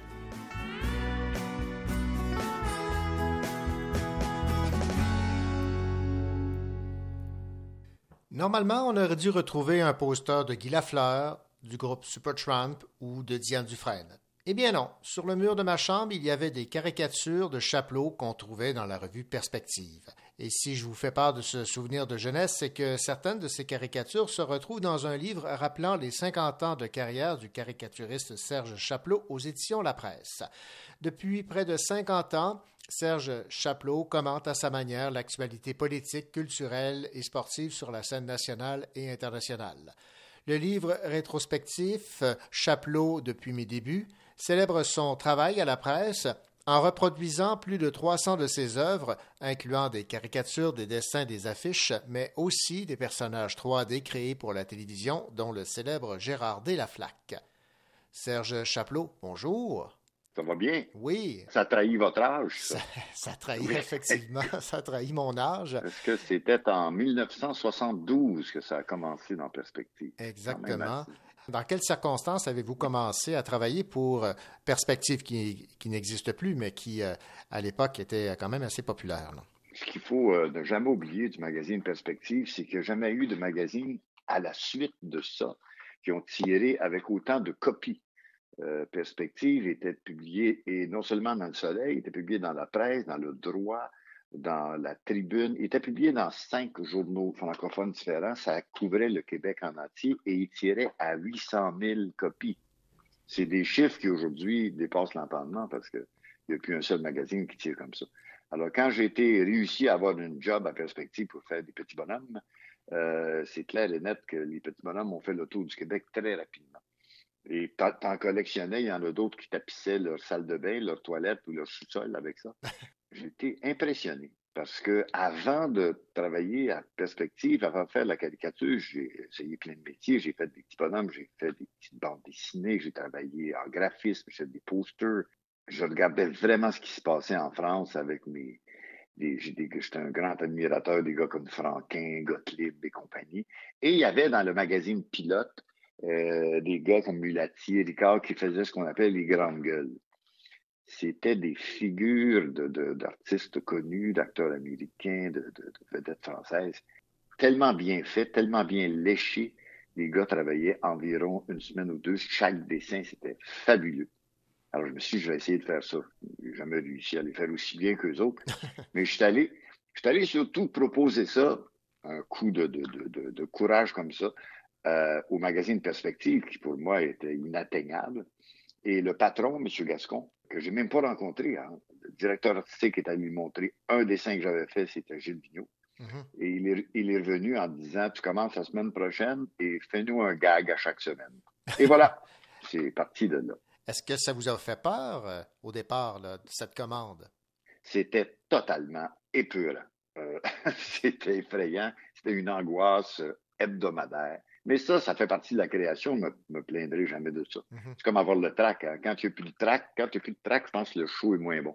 Normalement, on aurait dû retrouver un poster de Guy Lafleur, du groupe Supertramp ou de Diane Dufresne. Eh bien non, sur le mur de ma chambre, il y avait des caricatures de Chapelot qu'on trouvait dans la revue Perspective. Et si je vous fais part de ce souvenir de jeunesse, c'est que certaines de ces caricatures se retrouvent dans un livre rappelant les 50 ans de carrière du caricaturiste Serge Chapelot aux éditions La Presse. Depuis près de 50 ans, Serge Chapelot commente à sa manière l'actualité politique, culturelle et sportive sur la scène nationale et internationale. Le livre rétrospectif « Chapelot depuis mes débuts » célèbre son travail à la presse en reproduisant plus de 300 de ses œuvres, incluant des caricatures, des dessins, des affiches, mais aussi des personnages 3D créés pour la télévision, dont le célèbre Gérard Delaflaque. Serge Chapelot, bonjour. Ça va bien? Oui. Ça trahit votre âge, ça? Ça trahit, effectivement. Ça trahit mon âge. Est-ce que c'était en 1972 que ça a commencé dans Perspective? Exactement. Dans quelles circonstances avez-vous commencé à travailler pour Perspective, qui n'existe plus, mais qui, à l'époque, était quand même assez populaire? Là? Ce qu'il faut ne jamais oublier du magazine Perspective, c'est qu'il n'y a jamais eu de magazine à la suite de ça qui ont tiré avec autant de copies. Perspective était publié, et non seulement dans Le Soleil, il était publié dans La Presse, dans Le Droit, dans La Tribune. Il était publié dans 5 journaux francophones différents. Ça couvrait le Québec en entier et il tirait à 800 000 copies. C'est des chiffres qui aujourd'hui dépassent l'entendement parce qu'il n'y a plus un seul magazine qui tire comme ça. Alors, quand j'ai réussi à avoir une job à Perspective pour faire des petits bonhommes, c'est clair et net que les petits bonhommes ont fait le tour du Québec très rapidement. Et t'en collectionnais, il y en a d'autres qui tapissaient leur salle de bain, leur toilette ou leur sous-sol avec ça. J'ai été impressionné parce que avant de travailler à Perspective, avant de faire la caricature, j'ai essayé plein de métiers. J'ai fait des petits bonhommes, j'ai fait des petites bandes dessinées, j'ai travaillé en graphisme, j'ai fait des posters. Je regardais vraiment ce qui se passait en France avec j'étais un grand admirateur des gars comme Franquin, Gottlieb et compagnie. Et il y avait dans le magazine Pilote des gars comme Mulatier, Ricard, qui faisaient ce qu'on appelle les grandes gueules. C'était des figures d'artistes connus, d'acteurs américains, de vedettes françaises, tellement bien faits, tellement bien léchés. Les gars travaillaient environ 1 semaine ou 2. Chaque dessin, c'était fabuleux. Alors, je me suis dit, je vais essayer de faire ça. Je n'ai jamais réussi à les faire aussi bien qu'eux autres. Mais je suis allé surtout proposer ça, un coup de courage comme ça, au magazine Perspective, qui pour moi était inatteignable. Et le patron, M. Gascon, que j'ai même pas rencontré, hein, le directeur artistique est allé lui montrer un dessin que j'avais fait, c'était Gilles Vigneault. Et il est revenu en disant, tu commences la semaine prochaine et fais-nous un gag à chaque semaine. Et voilà, c'est parti de là. Est-ce que ça vous a fait peur au départ, là, de cette commande? C'était totalement épeurant. C'était effrayant. C'était une angoisse hebdomadaire. Mais ça fait partie de la création. Je me plaindrai jamais de ça. C'est comme avoir le trac. Hein. Quand il n'y a plus de trac, je pense que le show est moins bon.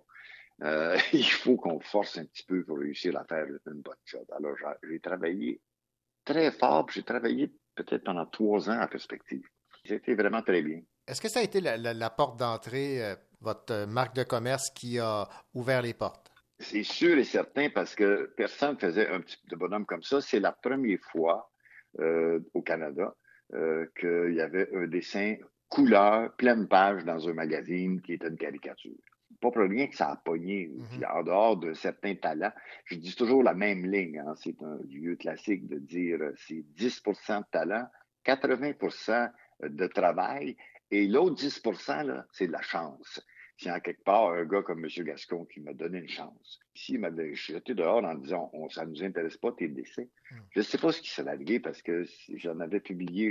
Il faut qu'on force un petit peu pour réussir à faire une bonne job. Alors, j'ai travaillé très fort. J'ai travaillé peut-être pendant 3 ans à Perspective. C'était vraiment très bien. Est-ce que ça a été la porte d'entrée, votre marque de commerce qui a ouvert les portes? C'est sûr et certain parce que personne ne faisait un petit bonhomme comme ça. C'est la première fois au Canada qu'il y avait un dessin couleur, pleine page dans un magazine qui était une caricature. Pas pour rien que ça a pogné. En dehors de certains talents, je dis toujours la même ligne. Hein. C'est un vieux classique de dire c'est 10 % de talent, 80 % de travail et l'autre 10 % là, c'est de la chance. C'est en quelque part un gars comme M. Gascon qui m'a donné une chance. S'il m'avait jeté dehors en disant « ça ne nous intéresse pas tes dessins », je ne sais pas ce qui serait arrivé parce que j'en avais publié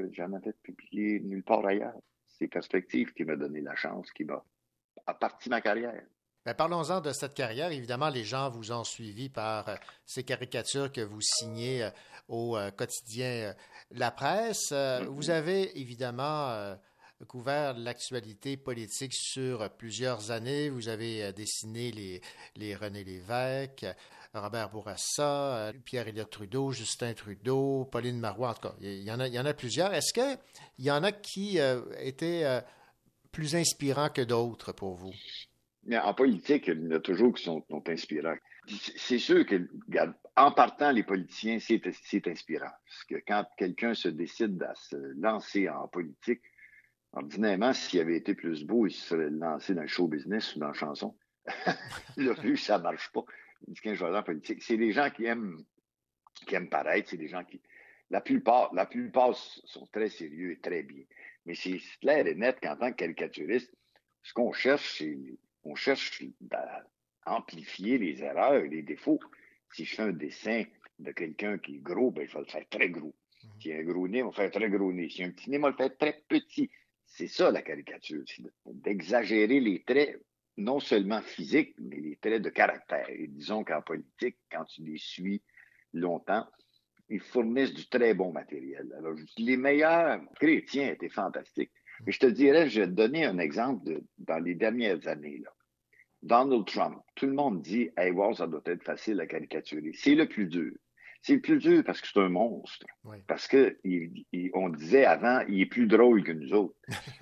nulle part ailleurs. C'est Perspective qui m'a donné la chance, qui m'a parti ma carrière. Bien, parlons-en de cette carrière. Évidemment, les gens vous ont suivi par ces caricatures que vous signez au quotidien La Presse. Vous avez évidemment couvert l'actualité politique sur plusieurs années. Vous avez dessiné les René Lévesque, Robert Bourassa, Pierre-Éliott Trudeau, Justin Trudeau, Pauline Marois. En tout cas, il y en a plusieurs. Est-ce qu'il y en a qui étaient plus inspirants que d'autres pour vous? En politique, il y en a toujours qui sont inspirants. C'est sûr que, en partant, les politiciens, c'est inspirant. Parce que quand quelqu'un se décide à se lancer en politique, Ordinairement, s'il avait été plus beau, il se serait lancé dans le show business ou dans la chanson. Là, vu que ça ne marche pas, il dit 15 en politique. C'est des gens qui aiment paraître, c'est des gens qui. La plupart sont très sérieux et très bien. Mais c'est clair et net qu'en tant que caricaturiste, ce qu'on cherche, on cherche à amplifier les erreurs et les défauts. Si je fais un dessin de quelqu'un qui est gros, ben, je vais le faire très gros. S'il y a un gros nez, on va le faire très gros nez. S'il y a un petit nez, on va le faire très petit. C'est ça, la caricature. C'est d'exagérer les traits, non seulement physiques, mais les traits de caractère. Et disons qu'en politique, quand tu les suis longtemps, ils fournissent du très bon matériel. Alors, les meilleurs chrétiens étaient fantastiques. Mais je te dirais, je vais te donner un exemple dans les dernières années, là. Donald Trump, tout le monde dit « Hey, wow, ça doit être facile à caricaturer. » C'est le plus dur. C'est le plus dur parce que c'est un monstre. Oui. Parce que on disait avant, il est plus drôle que nous autres.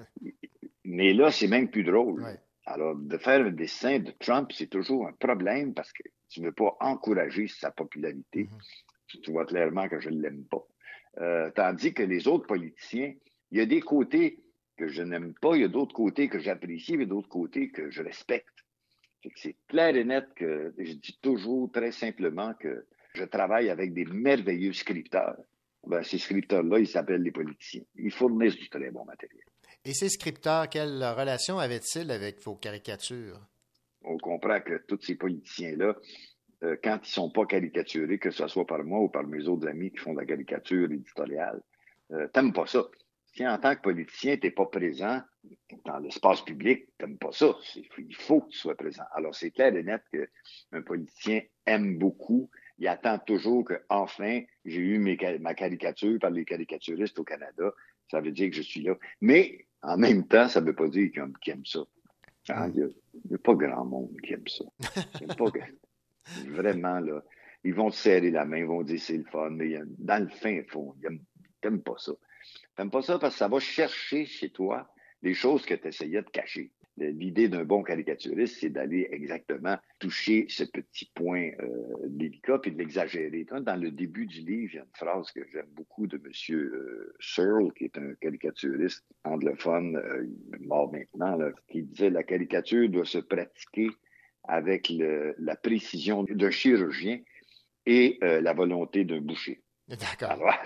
Mais là, c'est même plus drôle. Oui. Alors, de faire un dessin de Trump, c'est toujours un problème parce que tu ne veux pas encourager sa popularité. Tu vois clairement que je ne l'aime pas. Tandis que les autres politiciens, il y a des côtés que je n'aime pas, il y a d'autres côtés que j'apprécie, il y a d'autres côtés que je respecte. C'est clair et net que je dis toujours très simplement que je travaille avec des merveilleux scripteurs. Ben, ces scripteurs-là, ils s'appellent les politiciens. Ils fournissent du très bon matériel. Et ces scripteurs, quelle relation avaient-ils avec vos caricatures? On comprend que tous ces politiciens-là, quand ils ne sont pas caricaturés, que ce soit par moi ou par mes autres amis qui font de la caricature éditoriale, t'aimes pas ça. Si en tant que politicien, tu n'es pas présent dans l'espace public, tu n'aimes pas ça. Il faut que tu sois présent. Alors, c'est clair et net qu'un politicien aime beaucoup. Il attend toujours qu'enfin, j'ai eu ma caricature par les caricaturistes au Canada. Ça veut dire que je suis là. Mais, en même temps, ça ne veut pas dire qu'ils aiment ça. Il n'y a pas grand monde qui aime ça. Vraiment, là, ils vont te serrer la main, ils vont dire c'est le fun, mais dans le fin fond, ils n'aiment pas ça. T'aimes pas ça parce que ça va chercher chez toi les choses que tu essayais de cacher. L'idée d'un bon caricaturiste, c'est d'aller exactement toucher ce petit point délicat puis de l'exagérer. Dans le début du livre, il y a une phrase que j'aime beaucoup de M. Searle, qui est un caricaturiste anglophone, mort maintenant, là, qui disait « La caricature doit se pratiquer avec la précision d'un chirurgien et la volonté d'un boucher. » D'accord. Alors,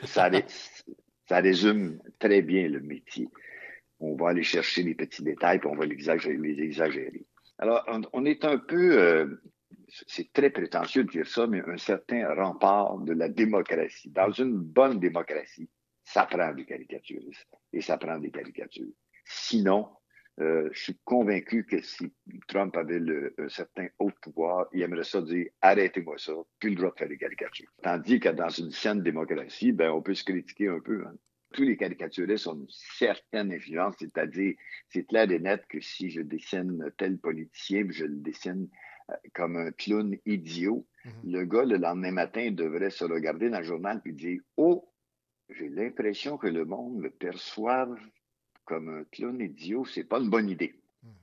ça résume très bien le métier. On va aller chercher les petits détails puis on va les exagérer. Alors, on est un peu, c'est très prétentieux de dire ça, mais un certain rempart de la démocratie. Dans une bonne démocratie, ça prend des caricaturistes et ça prend des caricatures. Sinon, je suis convaincu que si Trump avait un certain haut pouvoir, il aimerait ça dire « Arrêtez-moi ça, plus le droit de faire des caricatures ». Tandis que dans une saine démocratie, ben, on peut se critiquer un peu. Hein. Tous les caricaturistes ont une certaine influence, c'est-à-dire, c'est clair et net que si je dessine tel politicien, je le dessine comme un clown idiot, le gars, le lendemain matin, devrait se regarder dans le journal et dire « Oh, j'ai l'impression que le monde me perçoive comme un clown idiot, c'est pas une bonne idée.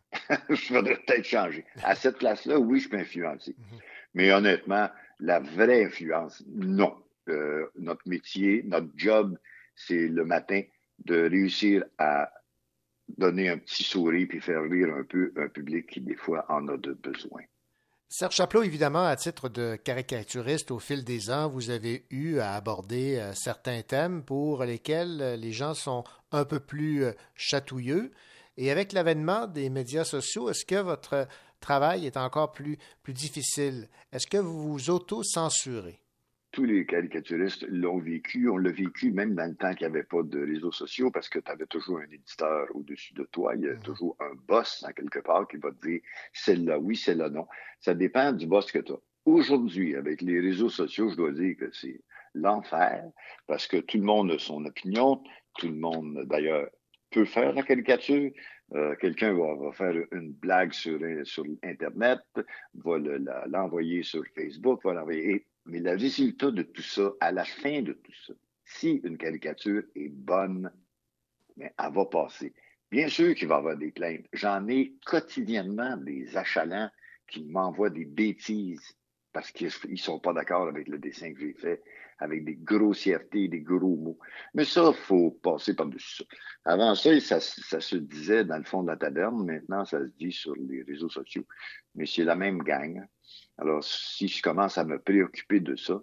Je voudrais peut-être changer. À cette place-là, oui, je peux influencer. Mais honnêtement, la vraie influence, non. Notre métier, notre job, c'est le matin de réussir à donner un petit sourire puis faire rire un peu un public qui, des fois, en a de besoin. Serge Chapleau, évidemment, à titre de caricaturiste, au fil des ans, vous avez eu à aborder certains thèmes pour lesquels les gens sont un peu plus chatouilleux. Et avec l'avènement des médias sociaux, est-ce que votre travail est encore plus difficile? Est-ce que vous vous auto-censurez? Tous les caricaturistes l'ont vécu. On l'a vécu même dans le temps qu'il n'y avait pas de réseaux sociaux parce que tu avais toujours un éditeur au-dessus de toi. Il y a toujours un boss, en quelque part, qui va te dire celle-là oui, celle-là non. Ça dépend du boss que tu as. Aujourd'hui, avec les réseaux sociaux, je dois dire que c'est l'enfer parce que tout le monde a son opinion. Tout le monde, d'ailleurs, peut faire la caricature. Quelqu'un va faire une blague sur Internet, va l'envoyer sur Facebook, va l'envoyer. Mais le résultat de tout ça, à la fin de tout ça, si une caricature est bonne, mais elle va passer. Bien sûr qu'il va y avoir des plaintes. J'en ai quotidiennement des achalants qui m'envoient des bêtises parce qu'ils ne sont pas d'accord avec le dessin que j'ai fait, avec des grossièretés, des gros mots. Mais ça, il faut passer par-dessus ça. Avant ça se disait dans le fond de la taverne. Maintenant, ça se dit sur les réseaux sociaux. Mais c'est la même gang. Alors, si je commence à me préoccuper de ça,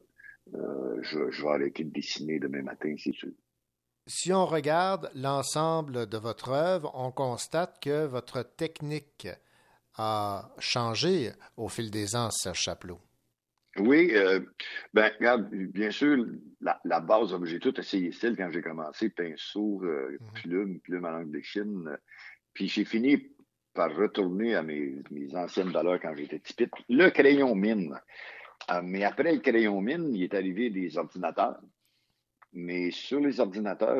je vais arrêter de dessiner demain matin, c'est sûr. Si on regarde l'ensemble de votre œuvre, on constate que votre technique a changé au fil des ans, Serge Chapleau. Oui, regarde, bien sûr, la base, j'ai tout essayé style quand j'ai commencé, pinceau, plume à langue de Chine. Puis j'ai fini par retourner à mes anciennes valeurs quand j'étais petit pit. Le crayon mine. Mais après le crayon mine, il est arrivé des ordinateurs. Mais sur les ordinateurs,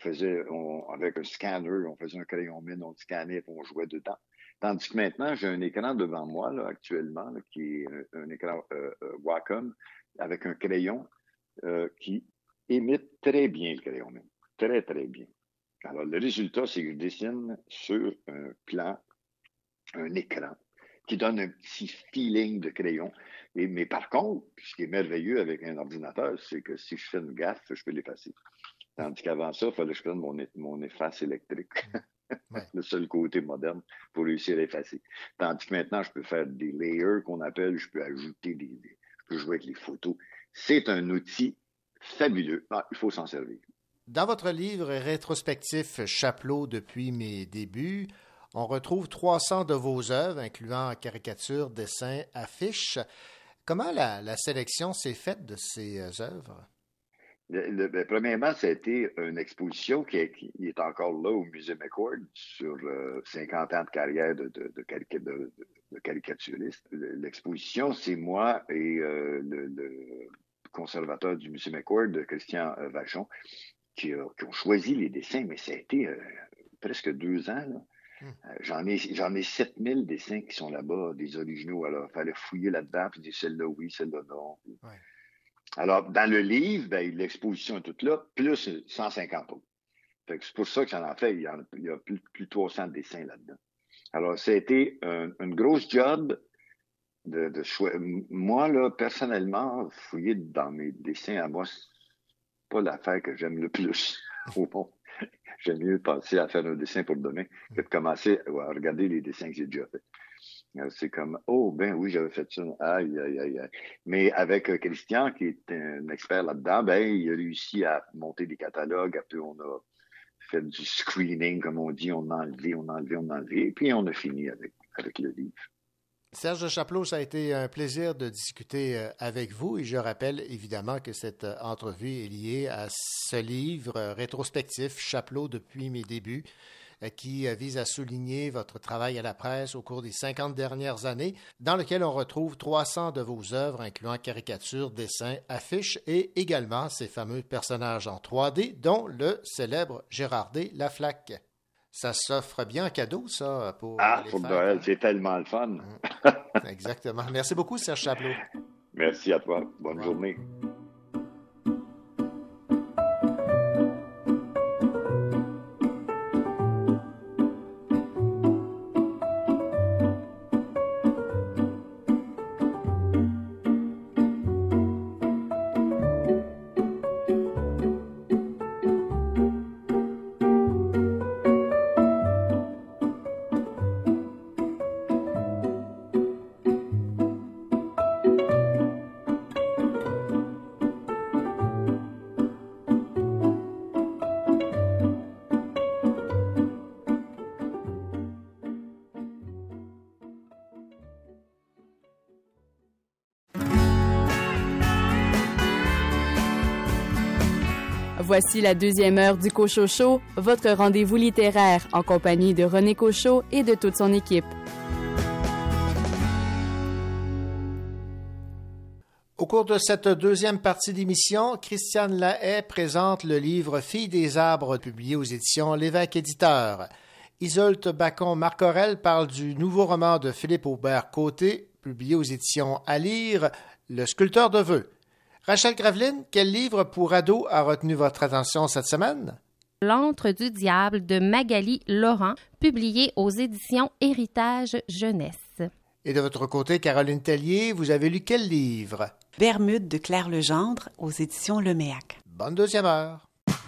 avec un scanner, on faisait un crayon mine, on le scannait et on jouait dedans. Tandis que maintenant, j'ai un écran devant moi, là, actuellement, là, qui est un écran Wacom, avec un crayon qui imite très bien le crayon mine. Très, très bien. Alors, le résultat, c'est que je dessine sur un plan, un écran, qui donne un petit feeling de crayon. Mais par contre, ce qui est merveilleux avec un ordinateur, c'est que si je fais une gaffe, je peux l'effacer. Tandis qu'avant ça, il fallait que je prenne mon efface électrique. Ouais. Le seul côté moderne pour réussir à effacer. Tandis que maintenant, je peux faire des layers qu'on appelle, je peux ajouter je peux jouer avec les photos. C'est un outil fabuleux. Il faut s'en servir. Dans votre livre rétrospectif Chapleau depuis mes débuts, on retrouve 300 de vos œuvres, incluant caricatures, dessins, affiches. Comment la sélection s'est faite de ces œuvres? Premièrement, ça a été une exposition qui est encore là au Musée McCord sur 50 ans de carrière de caricaturiste. L'exposition, c'est moi et le conservateur du Musée McCord, Christian Vachon, qui ont choisi les dessins, mais ça a été presque 2 ans, là. J'en ai 7000 dessins qui sont là-bas, des originaux. Alors, il fallait fouiller là-dedans, puis dire celle-là oui, celle-là non. Ouais. Alors, dans le livre, l'exposition est toute là, plus 150 autres. Fait que c'est pour ça que j'en ai fait. Il y a plus de 300 dessins là-dedans. Alors, ça a été une grosse job de choix. Moi, là, personnellement, fouiller dans mes dessins, à moi, c'est pas l'affaire que j'aime le plus au monde. J'aime mieux penser à faire un dessin pour demain que de commencer à regarder les dessins que j'ai déjà faits. C'est comme, oh, ben oui, j'avais fait ça. Aïe, aïe, aïe, aïe. Mais avec Christian, qui est un expert là-dedans, il a réussi à monter des catalogues. Après, on a fait du screening, comme on dit. On a enlevé. Et puis, on a fini avec le livre. Serge Chapleau, ça a été un plaisir de discuter avec vous et je rappelle évidemment que cette entrevue est liée à ce livre rétrospectif Chapleau depuis mes débuts qui vise à souligner votre travail à la presse au cours des 50 dernières années, dans lequel on retrouve 300 de vos œuvres, incluant caricatures, dessins, affiches et également ces fameux personnages en 3D, dont le célèbre Gérard D. Laflaque. Ça s'offre bien en cadeau, ça, pour les pour fans. Noël, c'est tellement le fun. Exactement. Merci beaucoup, Serge Chapleau. Merci à toi. Bonne journée. Voici la deuxième heure du Cochot Show, votre rendez-vous littéraire en compagnie de René Cochot et de toute son équipe. Au cours de cette deuxième partie d'émission, Christiane Lahaye présente le livre Filles des arbres, publié aux éditions L'Évêque Éditeur. Isolde Bacon-Marcorel parle du nouveau roman de Philippe Aubert-Côté, publié aux éditions À lire, Le sculpteur de vœux. Rachel Graveline, quel livre pour ados a retenu votre attention cette semaine? L'antre du diable de Magali Laurent, publié aux éditions Héritage Jeunesse. Et de votre côté, Caroline Tellier, vous avez lu quel livre? Bermude de Claire Legendre aux éditions Leméac. Bonne deuxième heure.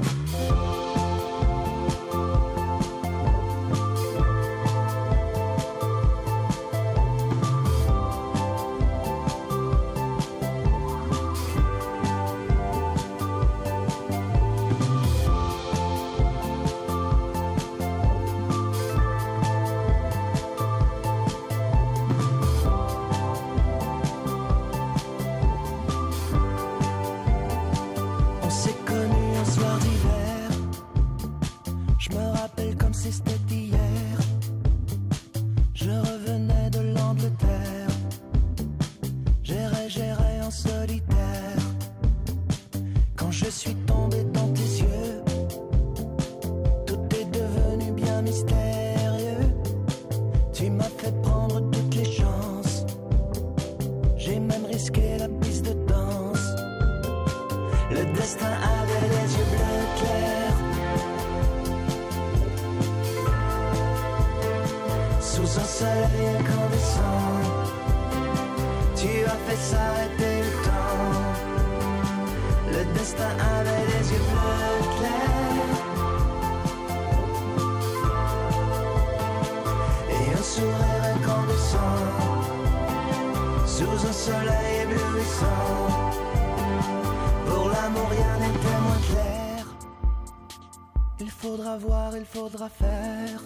Il faudra faire.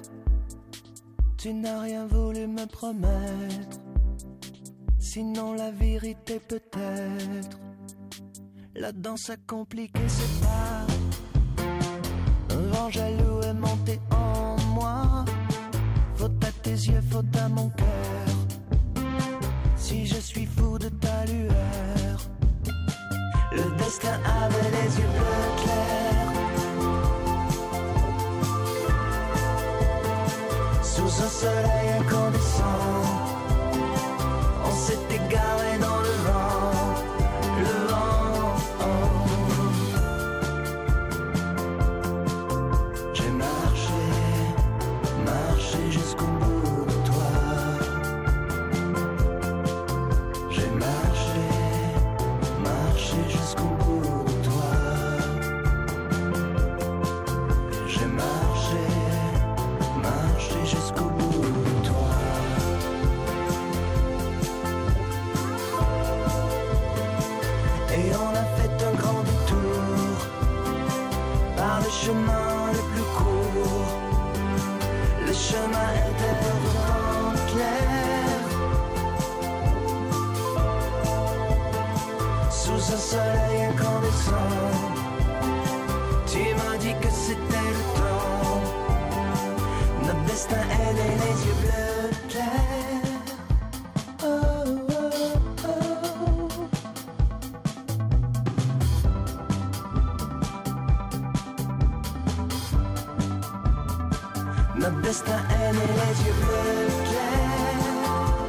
Tu n'as rien voulu me promettre. Sinon la vérité peut-être. La danse a compliqué ses pas. Un vent jaloux est monté en moi. Faute à tes yeux, faute à mon cœur. Si je suis fou de ta lueur. Le destin avait les yeux bleus clairs. Sous un soleil incandescent, on s'est égaré dans le vent, le vent. J'ai marché jusqu'au bout de toi. J'ai marché jusqu'au bout de toi. J'ai marché jusqu'au bout de toi. Et on a fait un grand détour par le chemin le plus court. Le chemin était vraiment clair. Sous un soleil incandescent, tu m'as dit que c'était le temps. Notre destin est les yeux bleus clairs. Oh, oh, oh. Notre destin est les yeux bleus clairs.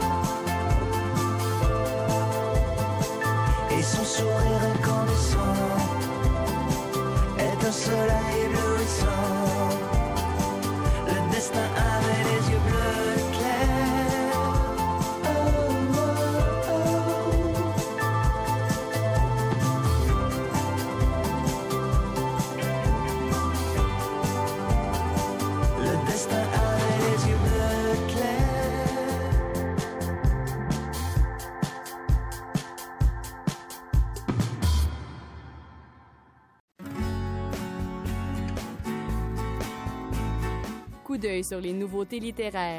Et son sourire incandescent est un soleil éblouissant. Le destin avait les yeux bleus clairs. Oh, oh, oh. Le destin avait les yeux bleus clairs. Coup d'œil sur les nouveautés littéraires.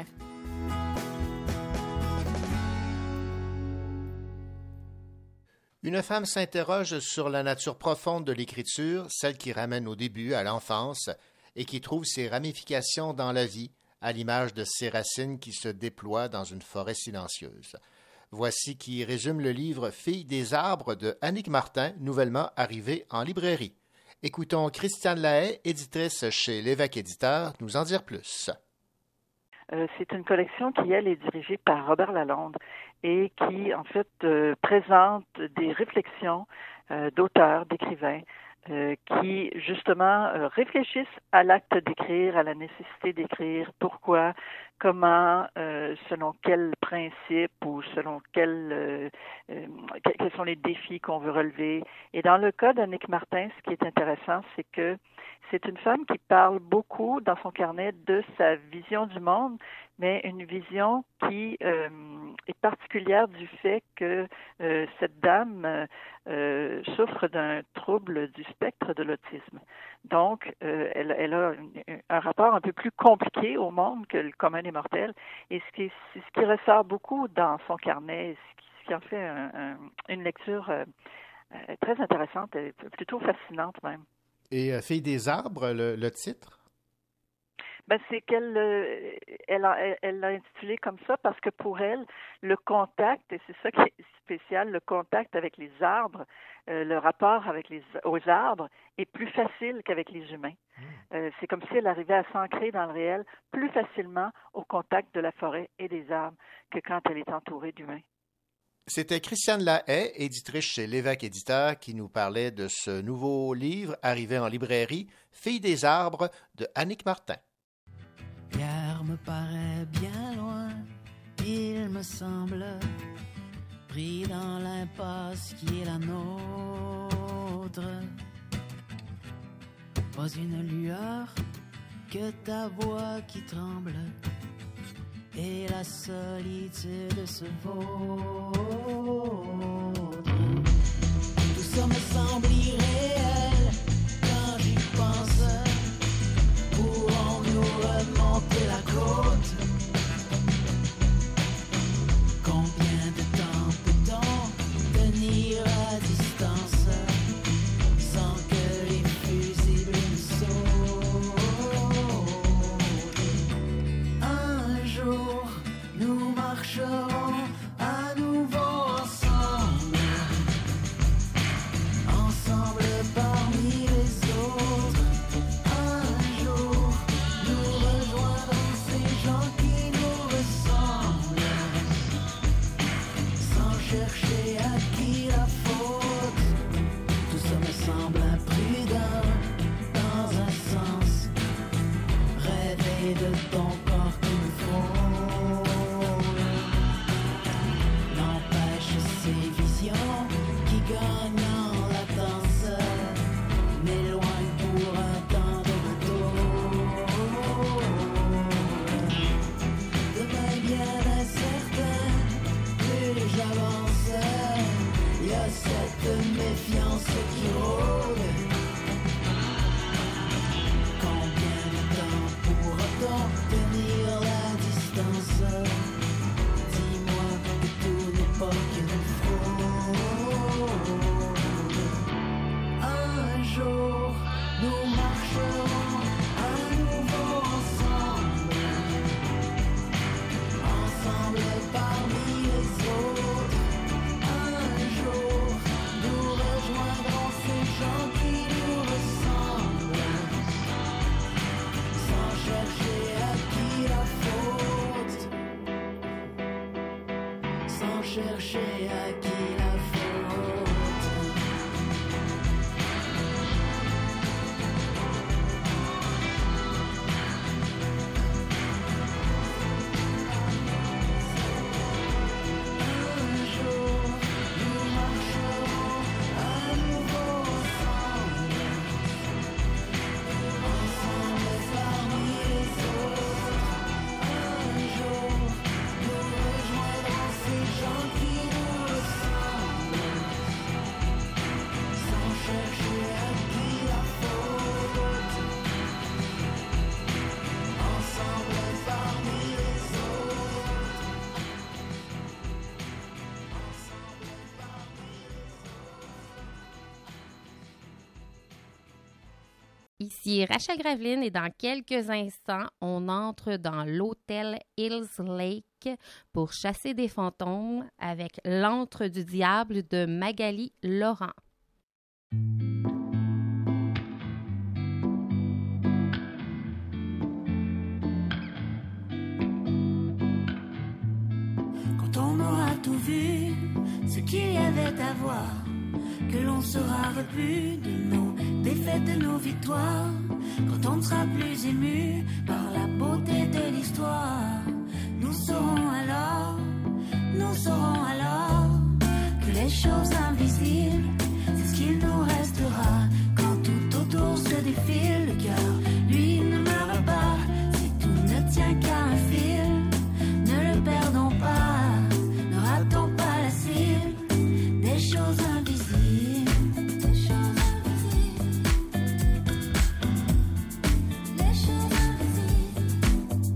Une femme s'interroge sur la nature profonde de l'écriture, celle qui ramène au début, à l'enfance, et qui trouve ses ramifications dans la vie, à l'image de ses racines qui se déploient dans une forêt silencieuse. Voici qui résume le livre « Fille des arbres » de Annick Martin, nouvellement arrivé en librairie. Écoutons Christiane Lahaye, éditrice chez l'Évêque Éditeur, nous en dire plus. C'est une collection qui, elle, est dirigée par Robert Lalonde et qui, en fait, présente des réflexions d'auteurs, d'écrivains qui, justement, réfléchissent à l'acte d'écrire, à la nécessité d'écrire, pourquoi, comment, selon quels principes ou selon quels sont les défis qu'on veut relever. Et dans le cas d'Annick Martin, ce qui est intéressant, c'est que c'est une femme qui parle beaucoup dans son carnet de sa vision du monde, mais une vision qui est particulière du fait que cette dame souffre d'un trouble du spectre de l'autisme. Donc, elle a un rapport un peu plus compliqué au monde que le commun des mortels, et c'est ce qui ressort beaucoup dans son carnet, ce qui en fait une lecture très intéressante, et plutôt fascinante même. Et Fille des arbres, le titre? Ben, c'est qu'elle l'a intitulé comme ça parce que pour elle, le contact, et c'est ça qui est spécial, le contact avec les arbres, le rapport aux arbres est plus facile qu'avec les humains. C'est comme si elle arrivait à s'ancrer dans le réel plus facilement au contact de la forêt et des arbres que quand elle est entourée d'humains. C'était Christiane Lahaye, éditrice chez L'Évêque Éditeur, qui nous parlait de ce nouveau livre arrivé en librairie, Fille des arbres, de Annick Martin. Pierre me paraît bien loin, il me semble, pris dans l'impasse qui est la nôtre. Pas une lueur que ta voix qui tremble, et la solitude se vautre. Tout ça me semble irréel quand j'y pense. Pourrons-nous remonter la côte? Combien de temps peut-on tenir à distance sans que les fusibles nous sautent? Un jour, nous marcherons à nouveau ensemble, ensemble parmi les autres. Un jour, nous rejoindrons ces gens qui nous ressemblent, sans chercher à qui la faute. Tout ça me semble imprudent dans un sens, rêver de ton corps qui me frôle. N'empêche ces visions qui gagnent en latence, m'éloignent pour un temps de retour. Demain bien incertain, plus j'avance, y a cette méfiance qui rôde. Combien de temps pourra-t-on tenir la distance? Dis-moi que tout n'est pas qu'une fraude. Un jour, nous marcherons à nouveau ensemble, ensemble parmi les autres. Un jour, nous rejoindrons ces gens qui nous ressemblent, sans chercher à qui la faute, sans chercher à qui la faute. Un jour, nous marcherons à nouveau ensemble, ensemble parmi les autres. Un jour, nous rejoindrons ces gens qui nous ressemblent, sans chercher à qui la faute, ensemble parmi les autres. Ici Rachel Graveline et dans quelques instants, on entre dans l'hôtel Hills Lake pour chasser des fantômes avec l'antre du diable de Magali Laurent. Quand on aura tout vu, ce qu'il y avait à voir, que l'on on sera repu de nos défaites, de nos victoires, quand on ne sera plus ému par la beauté de l'histoire, nous saurons alors que les choses invisibles, c'est ce qu'il nous restera. Quand tout autour se défile, le cœur, lui, ne meurt pas. Si tout ne tient qu'à un fil, ne le perdons pas, ne ratons pas la cible. Des choses invisibles, des choses invisibles, les choses invisibles,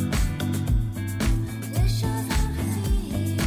les choses invisibles,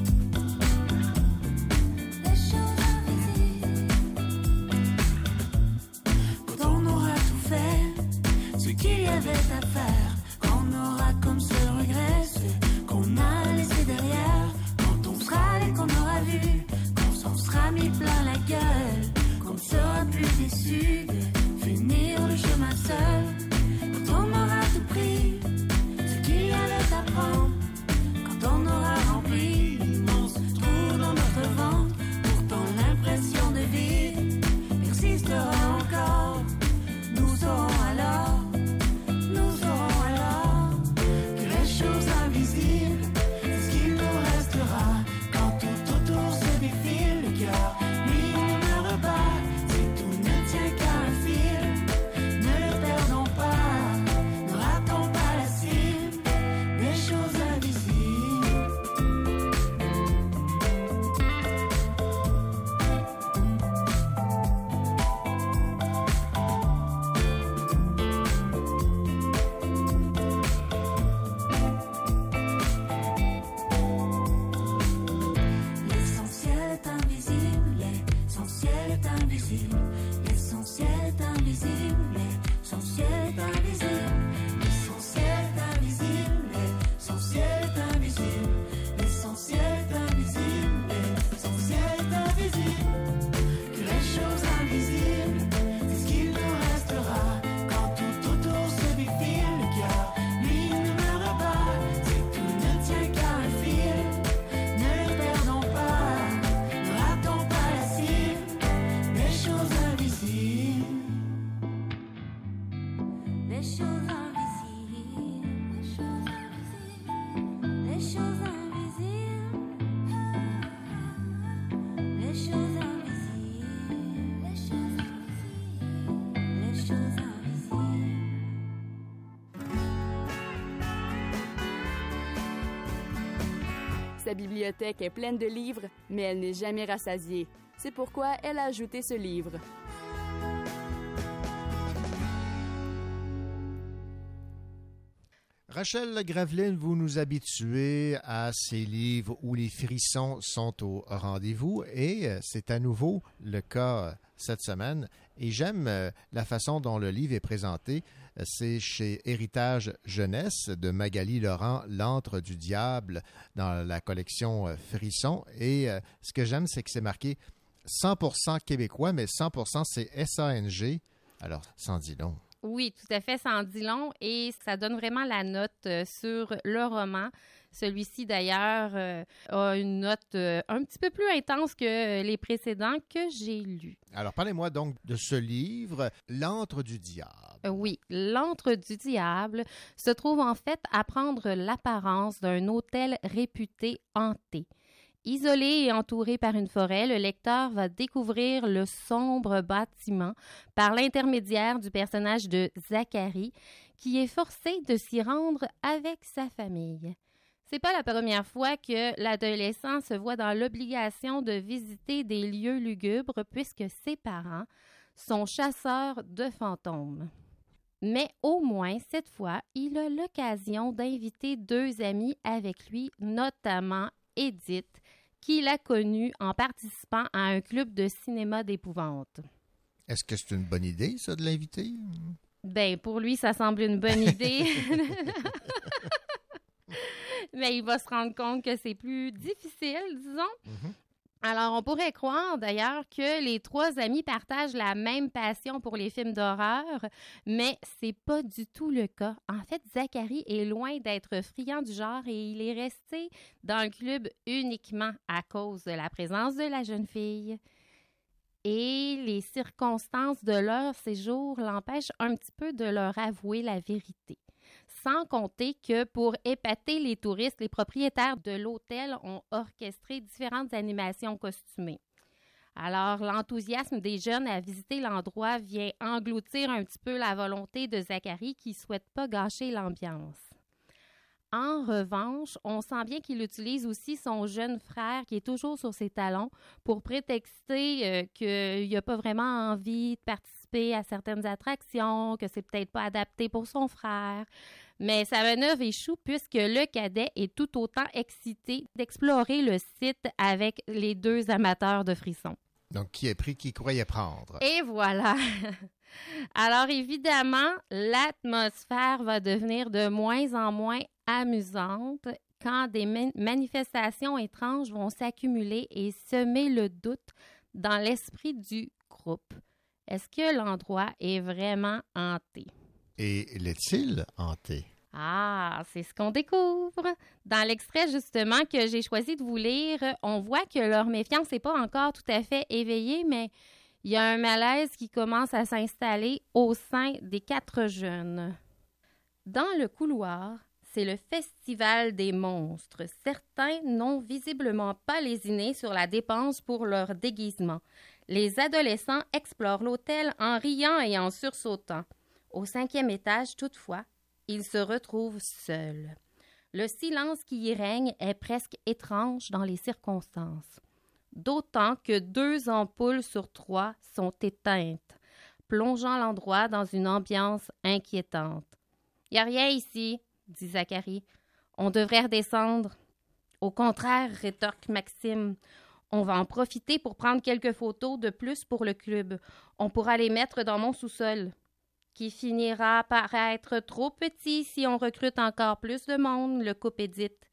les choses invisibles. Quand on aura tout fait, ce qu'il y avait à faire, quand on aura comme seul regret ce qu'on a laissé derrière, quand on sera allé, qu'on aura vu, qu'on s'en sera mis plein la gueule, qu'on ne sera plus déçu de finir le chemin seul, quand on aura tout pris, ce qu'il y avait à prendre, quand on aura rempli l'immense trou dans notre ventre, pourtant l'impression de vide persistera encore. Nous saurons alors que les choses invisibles, c'est ce qu'il nous restera. Quand tout autour se défile, le cœur, lui, ne meurt pas. Si tout ne tient qu'à un fil, ne le perdons pas, ne ratons pas la cible. Des choses invisibles. L'essentiel est invisible, l'essentiel est invisible, l'essentiel est invisible, l'essentiel est invisible, l'essentiel est invisible, l'essentiel est invisible, l'essentiel est invisible, l'essentiel est invisible. Que les choses invisibles, c'est ce qu'il nous restera. Quand tout autour se défile, le cœur, lui, ne meurt pas. Si tout ne tient qu'à un fil, ne le perdons pas, ne ratons pas la cible. Des choses invisibles, les choses invisibles, les choses invisibles, les choses invisibles, les choses invisibles, les choses invisibles. Sa bibliothèque est pleine de livres, mais elle n'est jamais rassasiée. C'est pourquoi elle a ajouté ce livre. Rachel Graveline, vous nous habituez à ces livres où les frissons sont au rendez-vous et c'est à nouveau le cas cette semaine. Et j'aime la façon dont le livre est présenté. C'est chez Héritage Jeunesse de Magali Laurent, L'Antre du Diable, dans la collection Frissons. Et ce que j'aime, c'est que c'est marqué 100% québécois, mais 100% c'est SANG. Alors, sans dit long. Oui, tout à fait, ça en dit long et ça donne vraiment la note sur le roman. Celui-ci, d'ailleurs, a une note un petit peu plus intense que les précédents que j'ai lus. Alors, parlez-moi donc de ce livre, L'Antre du Diable. Oui, L'Antre du Diable se trouve en fait à prendre l'apparence d'un hôtel réputé hanté. Isolé et entouré par une forêt, le lecteur va découvrir le sombre bâtiment par l'intermédiaire du personnage de Zachary, qui est forcé de s'y rendre avec sa famille. C'est pas la première fois que l'adolescent se voit dans l'obligation de visiter des lieux lugubres puisque ses parents sont chasseurs de fantômes. Mais au moins, cette fois, il a l'occasion d'inviter deux amis avec lui, notamment Edith, qu'il a connue en participant à un club de cinéma d'épouvante. Est-ce que c'est une bonne idée, ça, de l'inviter? Ben, pour lui, ça semble une bonne idée. Mais il va se rendre compte que c'est plus difficile, disons. Mm-hmm. Alors, on pourrait croire d'ailleurs que les trois amis partagent la même passion pour les films d'horreur, mais c'est pas du tout le cas. En fait, Zachary est loin d'être friand du genre et il est resté dans le club uniquement à cause de la présence de la jeune fille. et les circonstances de leur séjour l'empêchent un petit peu de leur avouer la vérité. Sans compter que pour épater les touristes, les propriétaires de l'hôtel ont orchestré différentes animations costumées. Alors, l'enthousiasme des jeunes à visiter l'endroit vient engloutir un petit peu la volonté de Zacharie qui ne souhaite pas gâcher l'ambiance. En revanche, on sent bien qu'il utilise aussi son jeune frère qui est toujours sur ses talons pour prétexter qu'il n'a pas vraiment envie de participer à certaines attractions, que c'est peut-être pas adapté pour son frère. Mais sa manœuvre échoue puisque le cadet est tout autant excité d'explorer le site avec les deux amateurs de frissons. Donc, qui a pris qui croyait prendre. Et voilà! Alors, évidemment, l'atmosphère va devenir de moins en moins amusante quand des manifestations étranges vont s'accumuler et semer le doute dans l'esprit du groupe. Est-ce que l'endroit est vraiment hanté? Et l'est-il hanté? Ah, c'est ce qu'on découvre. Dans l'extrait, justement, que j'ai choisi de vous lire, on voit que leur méfiance n'est pas encore tout à fait éveillée, mais il y a un malaise qui commence à s'installer au sein des 4 jeunes. Dans le couloir, c'est le festival des monstres. Certains n'ont visiblement pas lésiné sur la dépense pour leur déguisement. Les adolescents explorent l'hôtel en riant et en sursautant. Au 5e étage, toutefois, ils se retrouvent seuls. Le silence qui y règne est presque étrange dans les circonstances. D'autant que 2 ampoules sur 3 sont éteintes, plongeant l'endroit dans une ambiance inquiétante. « Il n'y a rien ici, » dit Zacharie. « On devrait redescendre. »« Au contraire, » rétorque Maxime. « On va en profiter pour prendre quelques photos de plus pour le club. On pourra les mettre dans mon sous-sol. » Qui finira par être trop petit si on recrute encore plus de monde, le coupe Édith.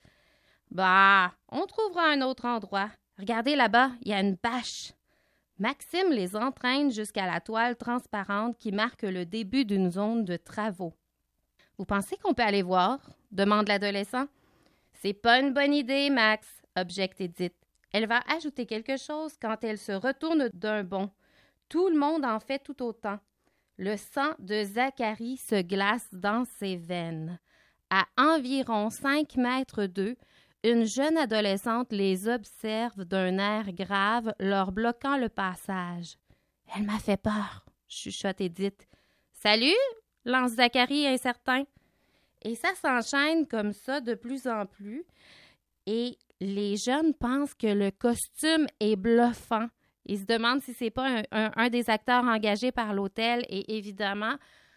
Bah, on trouvera un autre endroit. Regardez là-bas, il y a une bâche. Maxime les entraîne jusqu'à la toile transparente qui marque le début d'une zone de travaux. Vous pensez qu'on peut aller voir? Demande l'adolescent. C'est pas une bonne idée, Max, objecte Édith. Elle va ajouter quelque chose quand elle se retourne d'un bond. Tout le monde en fait tout autant. Le sang de Zacharie se glace dans ses veines. À environ 5 mètres d'eux, une jeune adolescente les observe d'un air grave, leur bloquant le passage. « Elle m'a fait peur, » chuchote Édith. « Salut » lance Zacharie incertain. Et ça s'enchaîne comme ça de plus en plus. Et les jeunes pensent que le costume est bluffant. Ils se demandent si c'est pas un des acteurs engagés par l'hôtel et évidemment,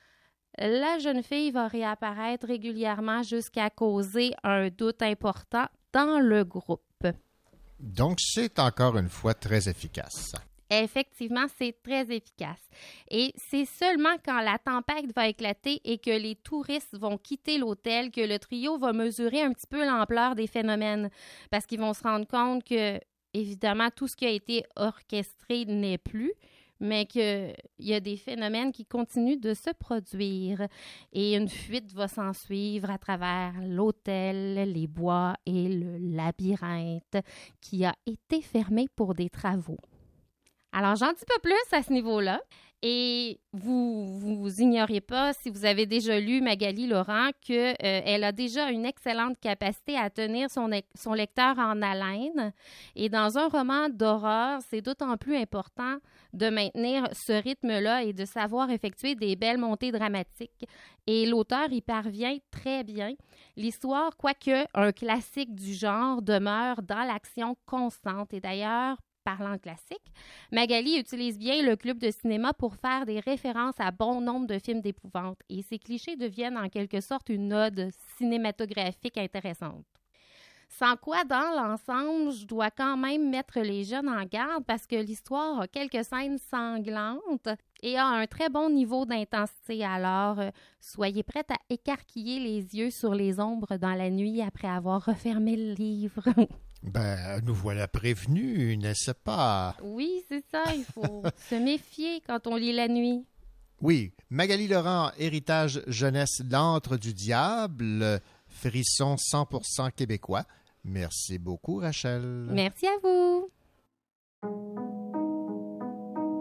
la jeune fille va réapparaître régulièrement jusqu'à causer un doute important dans le groupe. Donc, c'est encore une fois très efficace. Effectivement, c'est très efficace. Et c'est seulement quand la tempête va éclater et que les touristes vont quitter l'hôtel que le trio va mesurer un petit peu l'ampleur des phénomènes parce qu'ils vont se rendre compte que évidemment, tout ce qui a été orchestré n'est plus, mais qu'il y a des phénomènes qui continuent de se produire. Et une fuite va s'ensuivre à travers l'hôtel, les bois et le labyrinthe qui a été fermé pour des travaux. Alors, j'en dis pas plus à ce niveau-là. Et vous ignoriez pas, si vous avez déjà lu Magali Laurent, qu'elle a déjà une excellente capacité à tenir son lecteur en haleine. Et dans un roman d'horreur, c'est d'autant plus important de maintenir ce rythme-là et de savoir effectuer des belles montées dramatiques. Et l'auteur y parvient très bien. L'histoire, quoique un classique du genre, demeure dans l'action constante. Et d'ailleurs, parlant classique, Magali utilise bien le club de cinéma pour faire des références à bon nombre de films d'épouvante et ces clichés deviennent en quelque sorte une ode cinématographique intéressante. Sans quoi, dans l'ensemble, je dois quand même mettre les jeunes en garde parce que l'histoire a quelques scènes sanglantes et a un très bon niveau d'intensité. Alors, soyez prêtes à écarquiller les yeux sur les ombres dans la nuit après avoir refermé le livre. Ben, nous voilà prévenus, n'est-ce pas? Oui, c'est ça, il faut se méfier quand on lit la nuit. Oui, Magali Laurent, Héritage jeunesse, l'antre du diable, frisson 100% québécois. Merci beaucoup, Rachel. Merci à vous.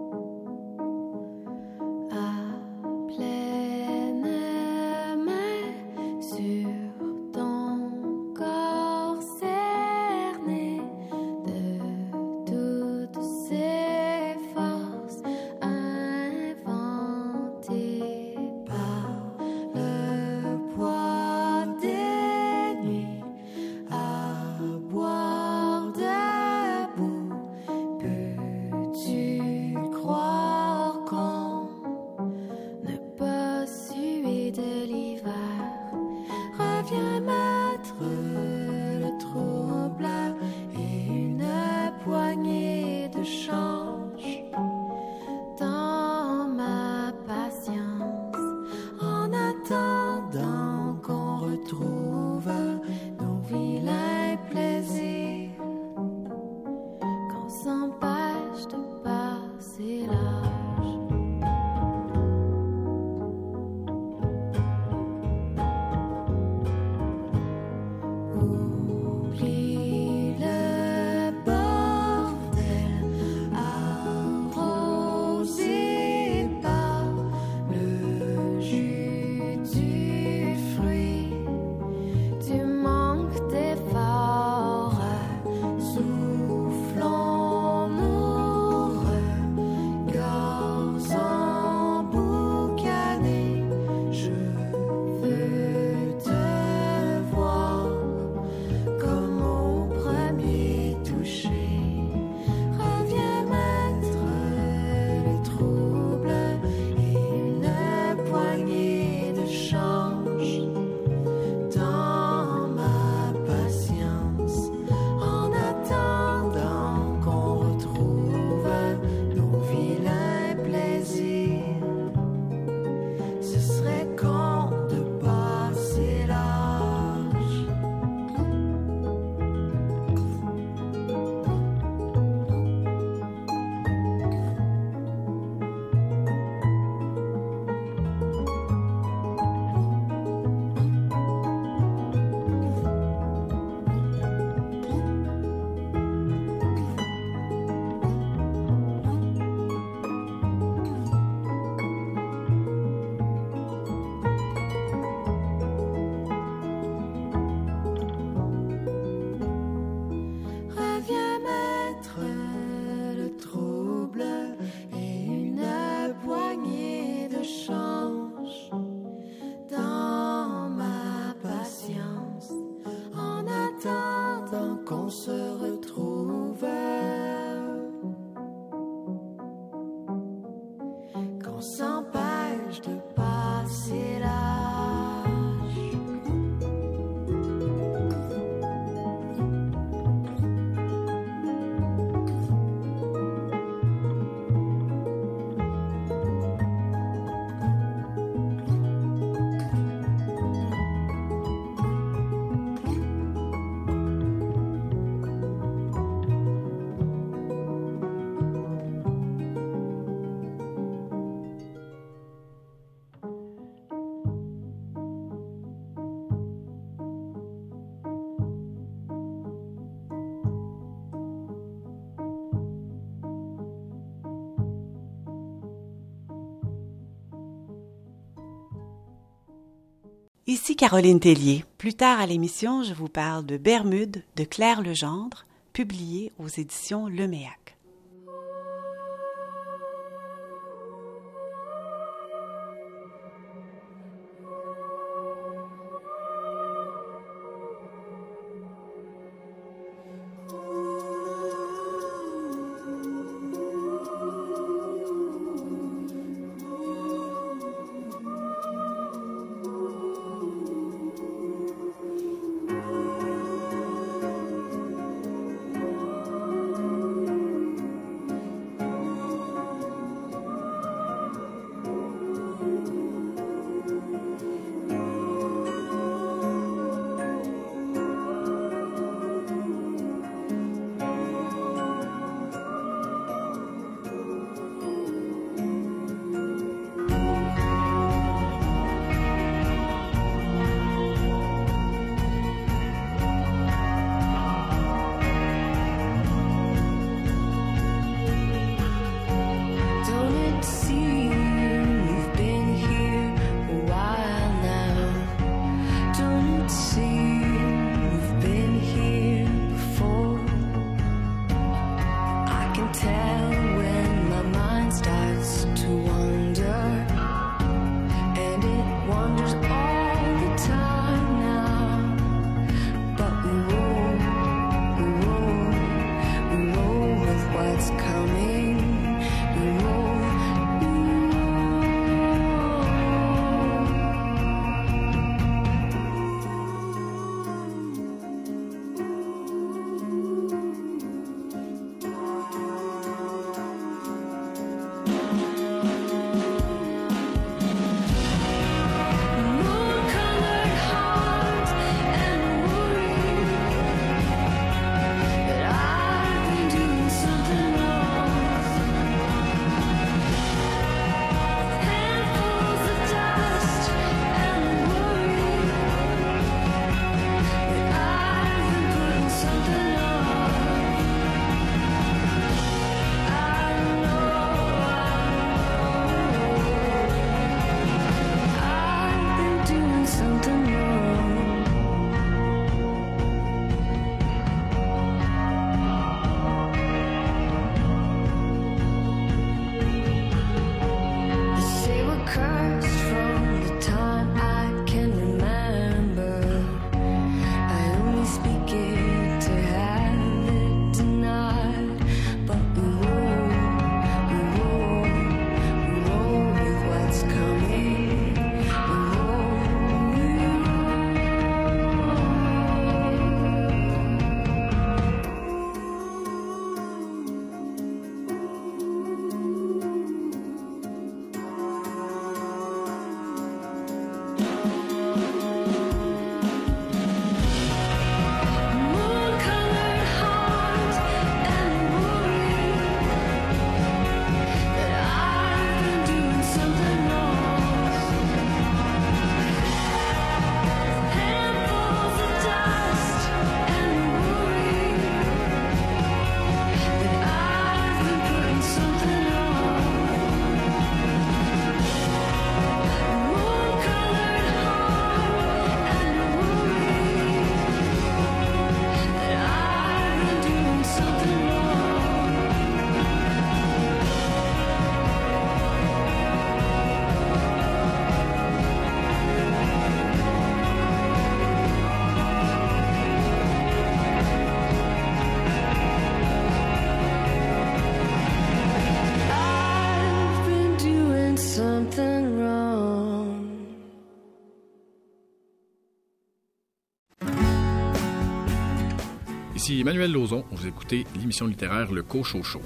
on s'empêche de passer l'âge. Ici Caroline Tellier. Plus tard à l'émission, je vous parle de Bermude de Claire Legendre, publié aux éditions Leméac. Ici Emmanuel Lauzon, vous écoutez l'émission littéraire Le Cochocho.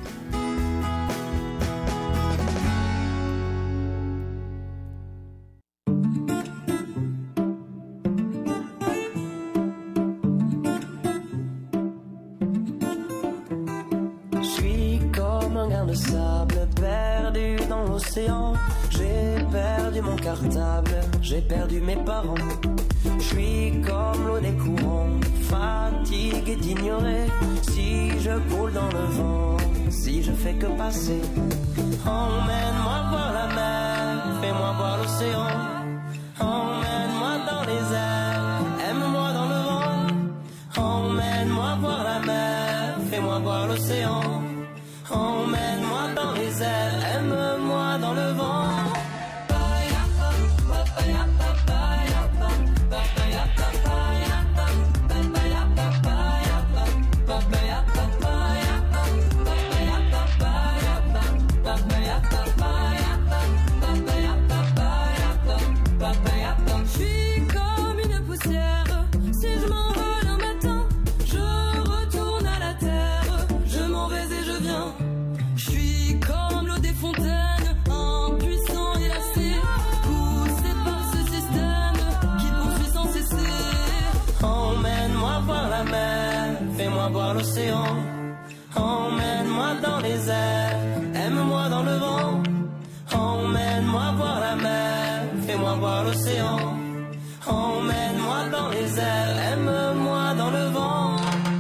Je suis comme un grain de sable perdu dans l'océan. J'ai perdu mon cartable, j'ai perdu mes parents. Je suis comme l'eau des courants, fatigué d'ignorer. Si je coule dans le vent, si je fais que passer. Emmène-moi voir la mer, fais-moi voir l'océan. Emmène-moi dans les airs, aime-moi dans le vent. Emmène-moi voir la mer, fais-moi voir l'océan. Emmène-moi dans les airs, aime-moi dans le vent. Je suis comme une poussière, si je m'envole un matin, je retourne à la terre, je m'en vais et je viens. Je suis comme l'eau des fontaines, impuissant et lassé, poussé par ce système qui poursuit sans cesser. Emmène-moi voir la mer, fais-moi voir l'océan. Emmène-moi dans les airs, aime-moi dans le vent. Emmène-moi voir la mer, fais-moi voir l'océan. Emmène-moi dans les airs, aime-moi dans le vent.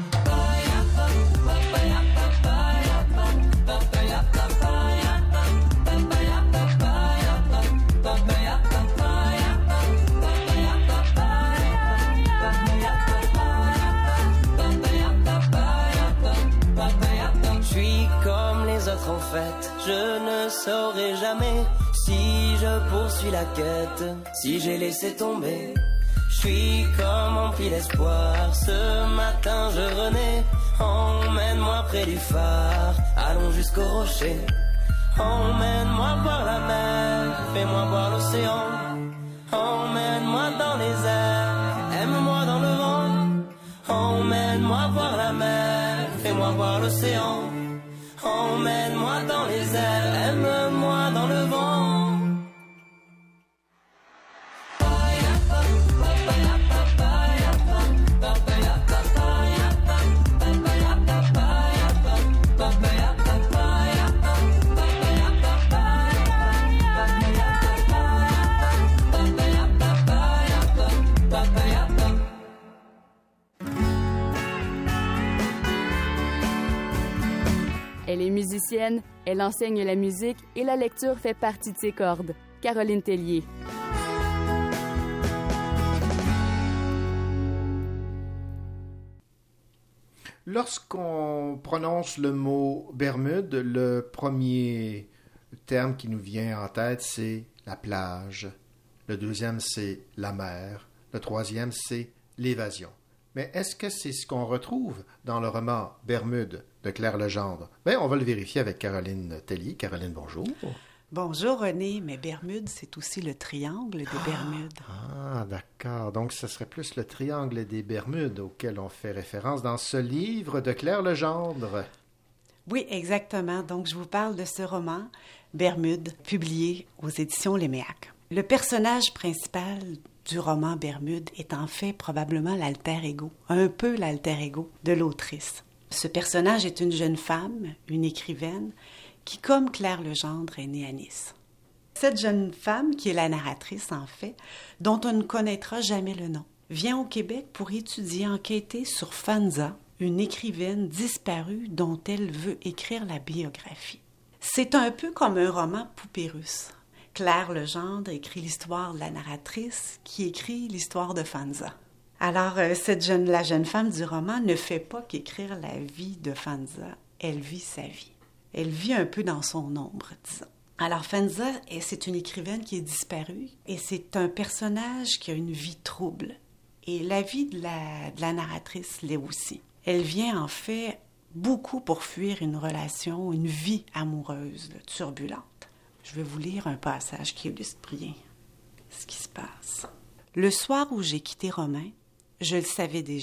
Je suis comme les autres en fait, je ne saurai jamais si je poursuis la quête, si j'ai laissé tomber. Je suis comme empli d'espoir, ce matin je renais. Emmène-moi près du phare, allons jusqu'au rocher. Emmène-moi voir la mer, fais-moi voir l'océan. Emmène-moi dans les airs, aime-moi dans le vent. Emmène-moi voir la mer, fais-moi voir l'océan. Emmène-moi dans les airs, aime-moi dans le vent. Elle est musicienne, elle enseigne la musique et la lecture fait partie de ses cordes. Caroline Tellier. Lorsqu'on prononce le mot Bermude, le premier terme qui nous vient en tête, c'est la plage. Le deuxième, c'est la mer. Le troisième, c'est l'évasion. Mais est-ce que c'est ce qu'on retrouve dans le roman Bermude de Claire Legendre? Bien, on va le vérifier avec Caroline Tellier. Caroline, bonjour. Bonjour René, mais Bermude, c'est aussi le triangle des Bermudes. Ah, d'accord. Donc, ce serait plus le triangle des Bermudes auquel on fait référence dans ce livre de Claire Legendre. Oui, exactement. Donc, je vous parle de ce roman, Bermude, publié aux éditions Léméac. Le personnage principal du roman Bermude est en fait probablement l'alter ego, un peu l'alter ego de l'autrice. Ce personnage est une jeune femme, une écrivaine, qui, comme Claire Legendre, est née à Nice. Cette jeune femme, qui est la narratrice en fait, dont on ne connaîtra jamais le nom, vient au Québec pour étudier, enquêter sur Fanza, une écrivaine disparue dont elle veut écrire la biographie. C'est un peu comme un roman poupée russe. Claire Legendre écrit l'histoire de la narratrice qui écrit l'histoire de Fanza. Alors, la jeune femme du roman ne fait pas qu'écrire la vie de Fanza, elle vit sa vie. Elle vit un peu dans son ombre, disons. Alors, Fanza, c'est une écrivaine qui est disparue et c'est un personnage qui a une vie trouble. Et la vie de la narratrice l'est aussi. Elle vient en fait beaucoup pour fuir une relation, une vie amoureuse turbulente. Je vais vous lire un passage qui illustre bien ce qui se passe. Le soir où j'ai quitté Romain, je le savais déjà.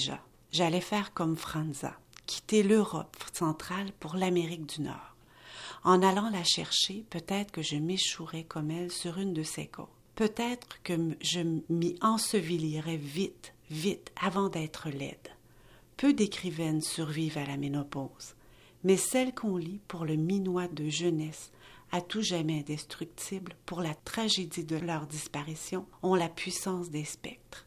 j'allais faire comme Franza, quitter l'Europe centrale pour l'Amérique du Nord. En allant la chercher, peut-être que je m'échouerais comme elle sur une de ses côtes. Peut-être que je m'y ensevelirais vite, avant d'être laide. Peu d'écrivaines survivent à la ménopause, mais celles qu'on lit pour le minois de jeunesse, à tout jamais indestructibles, pour la tragédie de leur disparition, ont la puissance des spectres.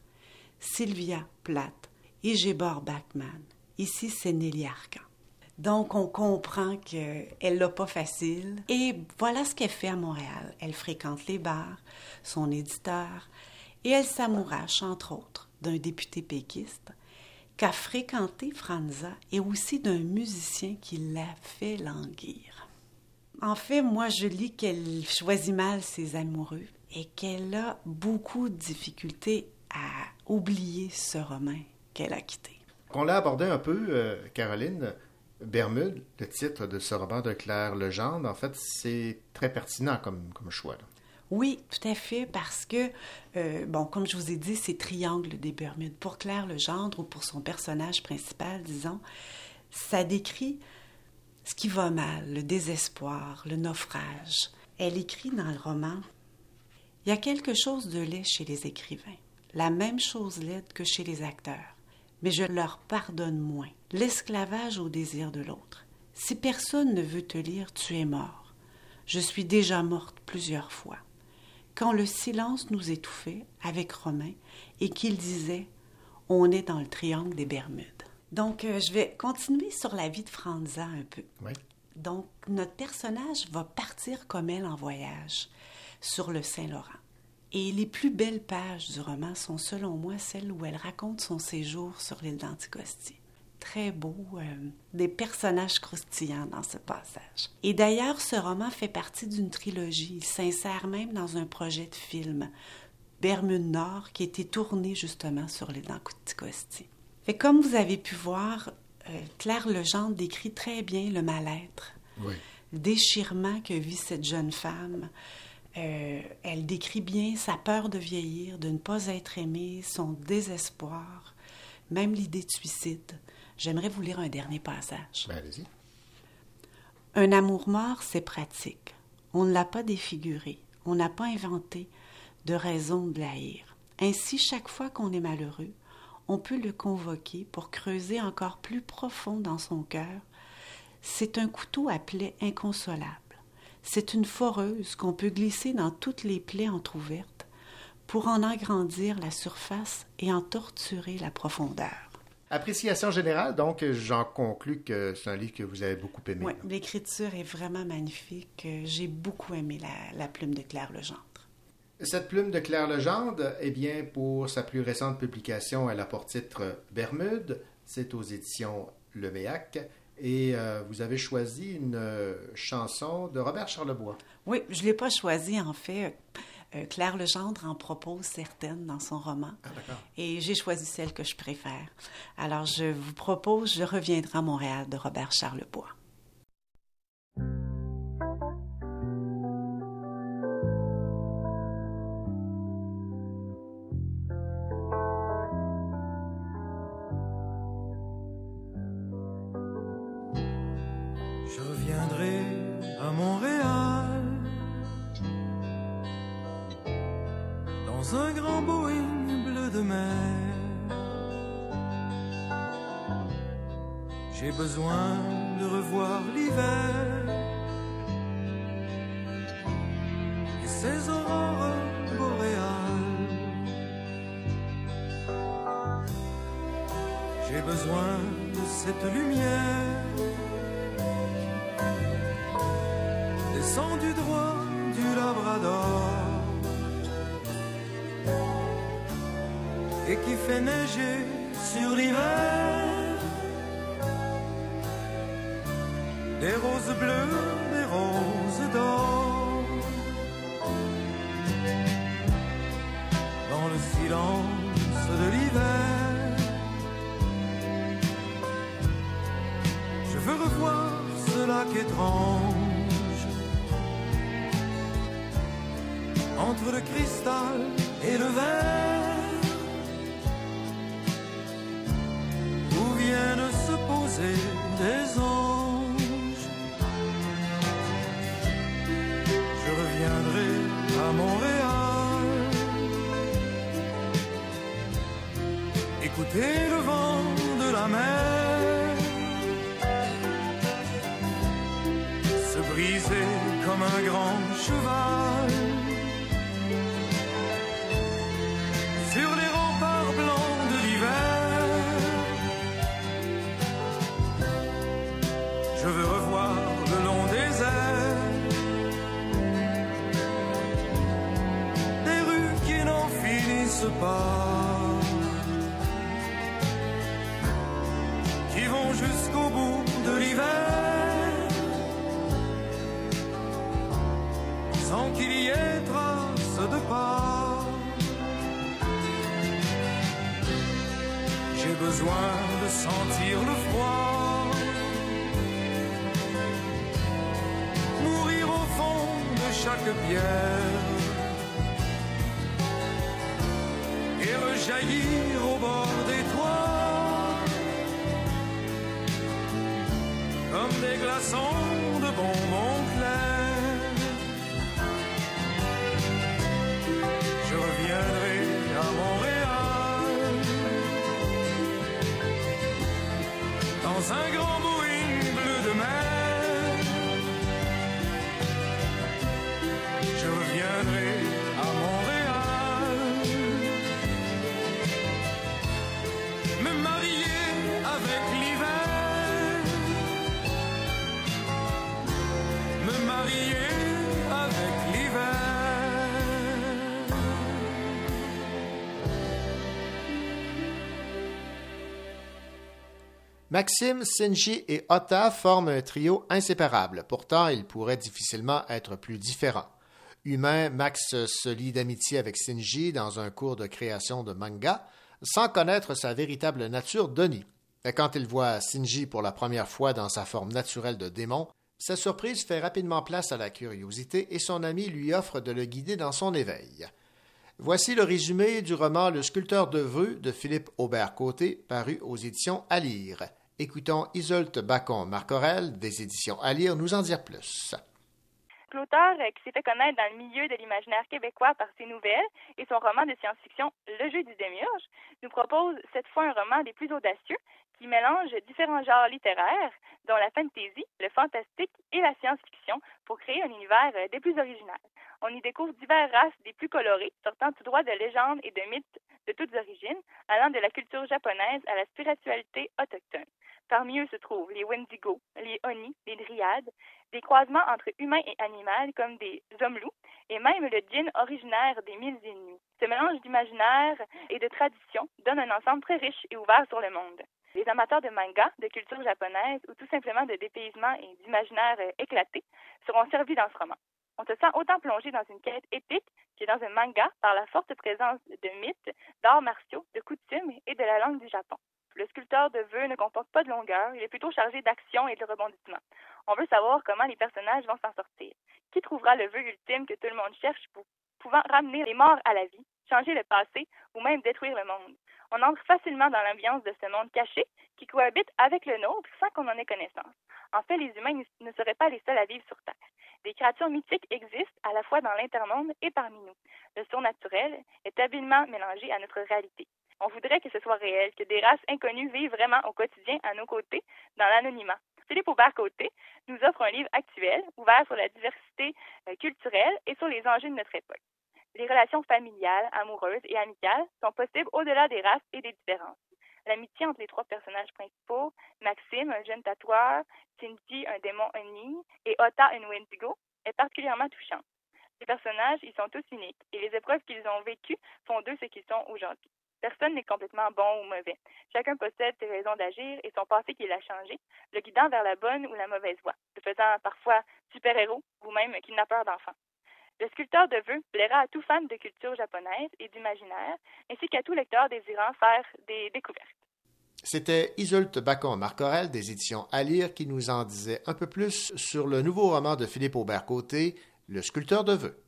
Sylvia Plath, Ingeborg Bachmann, ici c'est Nelly Arcan. Donc, on comprend qu'elle l'a pas facile. Et voilà ce qu'elle fait à Montréal. Elle fréquente les bars, son éditeur, et elle s'amourache, entre autres, d'un député péquiste qu'a fréquenté Franza et aussi d'un musicien qui l'a fait languir. En fait, moi, je lis qu'elle choisit mal ses amoureux et qu'elle a beaucoup de difficultés à oublier ce Romain qu'elle a quitté. On l'a abordé un peu, Caroline. Bermude, le titre de ce roman de Claire Legendre, en fait, c'est très pertinent comme choix. Là. Oui, tout à fait, parce que, comme je vous ai dit, c'est Triangle des Bermudes. Pour Claire Legendre, ou pour son personnage principal, disons, ça décrit ce qui va mal, le désespoir, le naufrage. Elle écrit dans le roman, « Il y a quelque chose de laid chez les écrivains, la même chose laide que chez les acteurs. Mais je leur pardonne moins. L'esclavage au désir de l'autre. Si personne ne veut te lire, tu es mort. Je suis déjà morte plusieurs fois. Quand le silence nous étouffait, avec Romain, et qu'il disait « On est dans le triangle des Bermudes ». Donc, je vais continuer sur la vie de Franza un peu. Oui. Donc, notre personnage va partir comme elle en voyage sur le Saint-Laurent. Et les plus belles pages du roman sont, selon moi, celles où elle raconte son séjour sur l'île d'Anticosti. Très beau, des personnages croustillants dans ce passage. Et d'ailleurs, ce roman fait partie d'une trilogie. Il s'insère même dans un projet de film, Bermude Nord, qui a été tourné justement sur l'île d'Anticosti. Et comme vous avez pu voir, Claire Legendre décrit très bien le mal-être, oui. Le déchirement que vit cette jeune femme. Elle décrit bien sa peur de vieillir, de ne pas être aimée, son désespoir, même l'idée de suicide. J'aimerais vous lire un dernier passage. Ben, allez-y. Un amour mort, c'est pratique. On ne l'a pas défiguré, on n'a pas inventé de raison de l'haïr. Ainsi, chaque fois qu'on est malheureux, on peut le convoquer pour creuser encore plus profond dans son cœur. C'est un couteau à plaie inconsolable. C'est une foreuse qu'on peut glisser dans toutes les plaies entrouvertes pour en agrandir la surface et en torturer la profondeur. Appréciation générale, donc j'en conclus que c'est un livre que vous avez beaucoup aimé. Oui, l'écriture est vraiment magnifique. J'ai beaucoup aimé la plume de Claire Legendre. Cette plume de Claire Legendre, eh bien, pour sa plus récente publication, elle a pour titre Bermude. C'est aux éditions Le Méac. Et vous avez choisi une chanson de Robert Charlebois. Oui, je ne l'ai pas choisie, en fait. Claire Legendre en propose certaines dans son roman. Ah, d'accord. Et j'ai choisi celle que je préfère. Alors, je vous propose « Je reviendrai à Montréal » de Robert Charlebois. Je reviendrai à Montréal dans un grand Boeing bleu de mer. J'ai besoin de revoir l'hiver et ses aurores boréales. J'ai besoin de cette lumière descendu droit du Labrador et qui fait neiger sur l'hiver des roses bleues, des roses d'or. Dans le silence de l'hiver, je veux revoir ce lac étrange entre le cristal et le verre, où et des anges. Je reviendrai à Montréal, écouter le vent de la mer se briser comme un grand cheval sur les remparts blancs de l'hiver. Je veux revoir le long des airs des rues qui n'en finissent pas, qui vont jusqu'au bout de l'hiver, sans qu'il y ait trace de pas. J'ai besoin de sentir le froid, mourir au fond de chaque pierre et rejaillir au bord des toits comme des glaçons de bonbons clairs. Je reviendrai à Montréal dans un grand Boeing bleu de mer. Je reviendrai à Montréal, me marier avec l'hiver, me marier avec l'hiver. Maxime, Sinji et Otta forment un trio inséparable. Pourtant, ils pourraient difficilement être plus différents. Humain, Max se lie d'amitié avec Sinji dans un cours de création de manga, sans connaître sa véritable nature d'Oni. Et quand il voit Sinji pour la première fois dans sa forme naturelle de démon, sa surprise fait rapidement place à la curiosité et son ami lui offre de le guider dans son éveil. Voici le résumé du roman Le sculpteur de vœux de Philippe Aubert-Côté, paru aux éditions À lire. Écoutons Iseult Bacon-Marcorel des éditions À lire nous en dire plus. L'auteur, qui s'est fait connaître dans le milieu de l'imaginaire québécois par ses nouvelles et son roman de science-fiction Le jeu du démiurge, nous propose cette fois un roman des plus audacieux qui mélange différents genres littéraires, dont la fantasy, le fantastique et la science-fiction, pour créer un univers des plus original. On y découvre diverses races des plus colorées, sortant tout droit de légendes et de mythes de toutes origines, allant de la culture japonaise à la spiritualité autochtone. Parmi eux se trouvent les Wendigo, les Oni, les Dryades, des croisements entre humains et animaux comme des hommes-loups, et même le djinn originaire des Mille et Une Nuits. Ce mélange d'imaginaire et de tradition donne un ensemble très riche et ouvert sur le monde. Les amateurs de manga, de culture japonaise ou tout simplement de dépaysement et d'imaginaire éclaté seront servis dans ce roman. On se sent autant plongé dans une quête épique que dans un manga par la forte présence de mythes, d'arts martiaux, de coutumes et de la langue du Japon. Le sculpteur de vœux ne comporte pas de longueur, il est plutôt chargé d'action et de rebondissement. On veut savoir comment les personnages vont s'en sortir. Qui trouvera le vœu ultime que tout le monde cherche pouvant ramener les morts à la vie, changer le passé ou même détruire le monde? On entre facilement dans l'ambiance de ce monde caché qui cohabite avec le nôtre sans qu'on en ait connaissance. En fait, les humains ne seraient pas les seuls à vivre sur Terre. Des créatures mythiques existent à la fois dans l'intermonde et parmi nous. Le surnaturel est habilement mélangé à notre réalité. On voudrait que ce soit réel, que des races inconnues vivent vraiment au quotidien à nos côtés, dans l'anonymat. Philippe Aubert-Côté nous offre un livre actuel, ouvert sur la diversité culturelle et sur les enjeux de notre époque. Les relations familiales, amoureuses et amicales sont possibles au-delà des races et des différences. L'amitié entre les trois personnages principaux, Maxime, un jeune tatoueur, Cindy, un démon Oni, et Otta, une Wendigo, est particulièrement touchante. Les personnages, ils sont tous uniques, et les épreuves qu'ils ont vécues font d'eux ce qu'ils sont aujourd'hui. Personne n'est complètement bon ou mauvais. Chacun possède ses raisons d'agir et son passé qui l'a changé, le guidant vers la bonne ou la mauvaise voie, le faisant parfois super-héros ou même kidnappeur d'enfants. Le sculpteur de vœux plaira à tout fan de culture japonaise et d'imaginaire, ainsi qu'à tout lecteur désirant faire des découvertes. C'était Iseult Bacon-Marcorel des éditions À lire qui nous en disait un peu plus sur le nouveau roman de Philippe Aubert-Côté, Le sculpteur de vœux.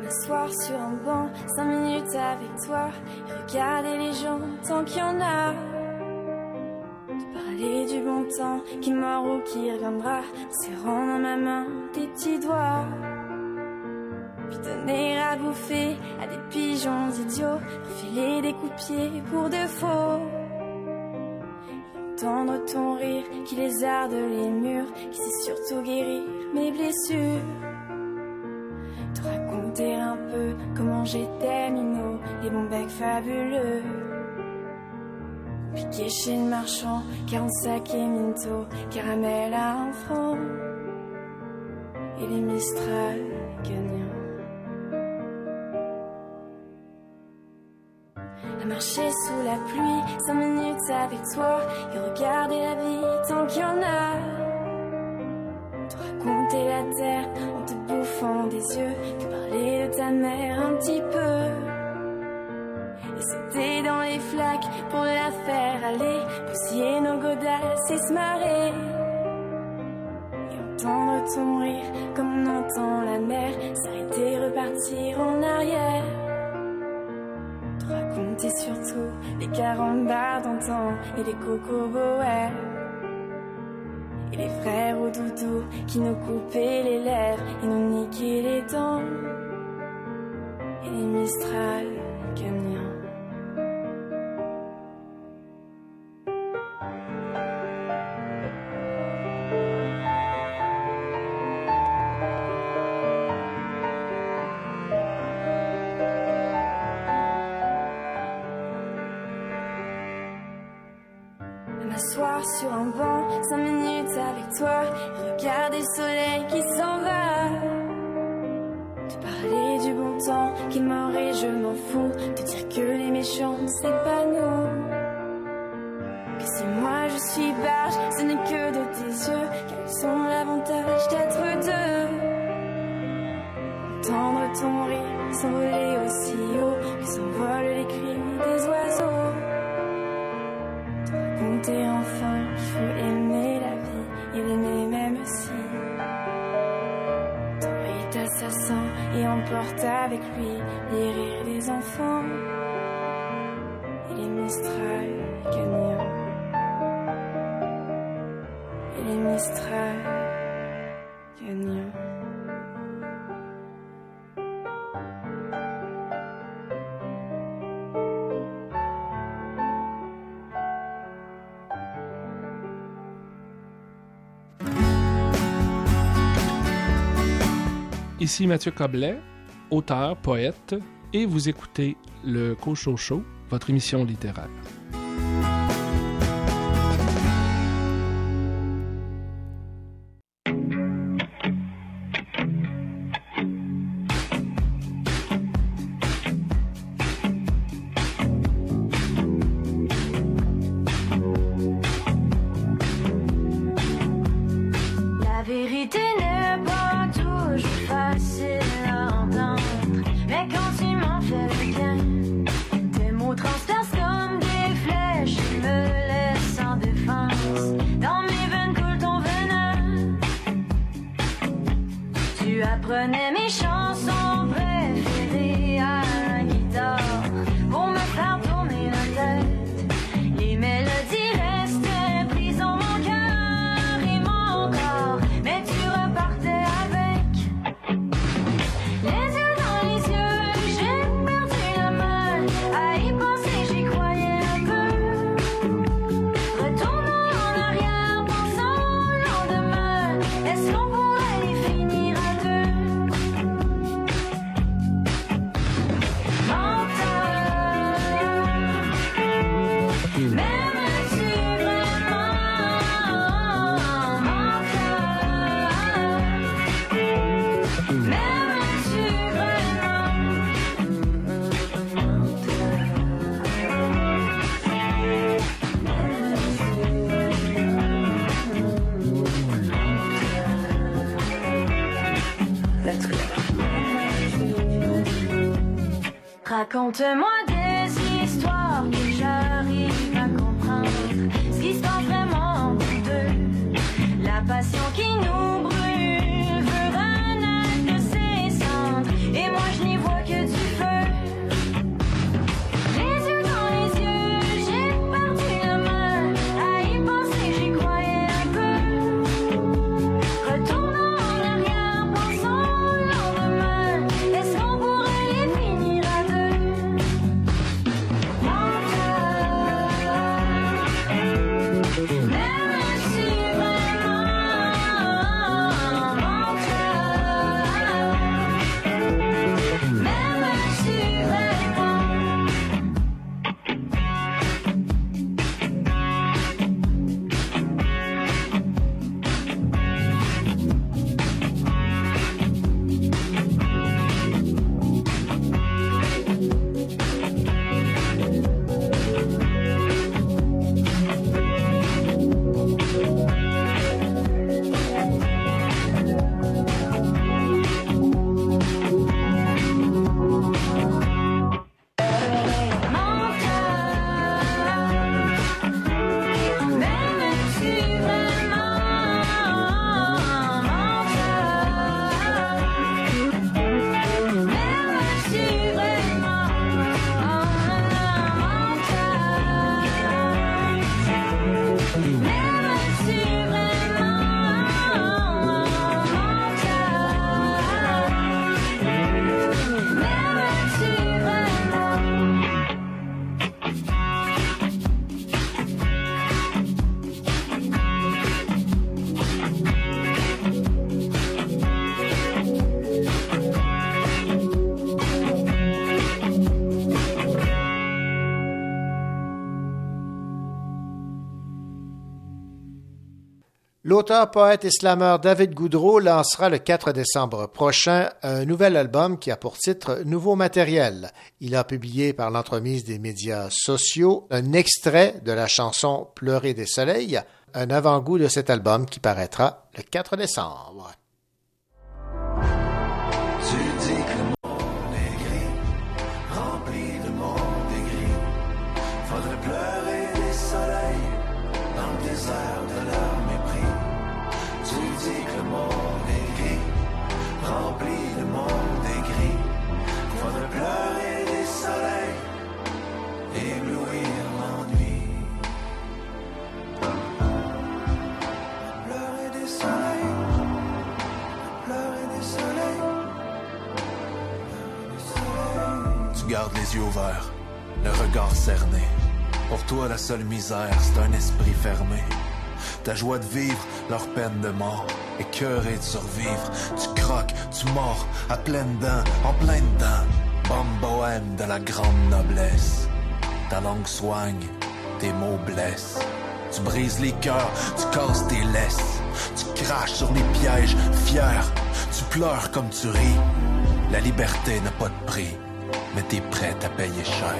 M'asseoir sur un banc, 5 minutes avec toi, et regarder les gens tant qu'il y en a. De parler du bon temps qui est mort ou qui reviendra, en serrant dans ma main tes petits doigts. Puis donner à bouffer à des pigeons idiots, refiler des coups de pied pour de faux. Entendre ton rire qui lézarde les murs, qui sait surtout guérir mes blessures. Te raconter un peu comment j'étais minot, les bons becs fabuleux. Piqué chez le marchand, 45 et Minto, caramel à 1 franc. Et les Mistral gagnants. À marcher sous la pluie, 5 minutes avec toi, et regarder la vie tant qu'il y en a. Te raconter la terre en te bouffant des yeux, te parler de ta mère un petit peu. Et sauter dans les flaques pour la faire aller, bousiller nos godasses et se marrer. Et entendre ton rire comme on entend la mer, s'arrêter, repartir en arrière. Te raconter surtout les carambars d'antan et les cocoboers. Et les frères au doudou qui nous coupaient les lèvres et nous niquaient les dents. Et les Mistral gagnants. M'asseoir sur un banc, 5 minutes avec toi, regarder le soleil qui s'en va. Te parler du bon temps qui est mort et je m'en fous, te dire que les méchants c'est pas nous. Que si moi je suis barge, ce n'est que de tes yeux, car ils sont l'avantage d'être deux. Entendre ton rire s'envoler aussi haut que s'envolent les cris des oiseaux. Raconter enfin qu'il faut aimer la vie et l'aimer même si ton est assassin et emporte avec lui les rires des enfants et les Mistral gagnants et les Mistral gagnants. Ici Mathieu Coblet, auteur, poète, et vous écoutez le Cochocho, votre émission littéraire. La vérité n'est pas toujours facile à entendre, mais quand tu m'en fais le bien, tes mots transpercent comme des flèches et me laissent sans défense. Dans mes veines coule ton venin. Tu apprenais mes chansons préférées à la guitare pour me faire tourner la tête. Les mélodies restaient prises dans mon cœur et mon corps, mais tu repartais avec les yeux dans les yeux. J'ai perdu la main à y penser, j'y croyais un peu. Retournons en arrière, pensons au lendemain. Est-ce qu'on pourrait y finir à deux? Menteur, m'aimes-tu vraiment? Menteur, m'aimes-tu Raconte-moi des histoires que j'arrive à comprendre. Ce qui se passe vraiment entre deux. La passion qui nous brûle veut renaître de ses cendres. Et moi je n'y vois L'auteur, poète et slameur David Goudreau lancera le 4 décembre prochain un nouvel album qui a pour titre « Nouveau matériel ». Il a publié par l'entremise des médias sociaux un extrait de la chanson « Pleurer des soleils », un avant-goût de cet album qui paraîtra le 4 décembre. Tu dis que le monde est gris, rempli de monde est gris. Faudrait pleurer des soleils dans le désert de leur mépris. Tu dis que le monde est gris, rempli de monde est gris. Faudrait pleurer des soleils, éblouir l'ennui. Pleurer des soleils, pleurer des soleils. Tu gardes les yeux ouverts, le regard cerné. Pour toi, la seule misère, c'est un esprit fermé. Ta joie de vivre, leur peine de mort. Écœuré de survivre, tu croques, tu mords, à pleines dents, en plein dedans. Bombe bohème de la grande noblesse. Ta langue soigne, tes mots blessent. Tu brises les cœurs, tu casses tes laisses. Tu craches sur les pièges, fier. Tu pleures comme tu ris. La liberté n'a pas de prix, mais t'es prête à payer cher.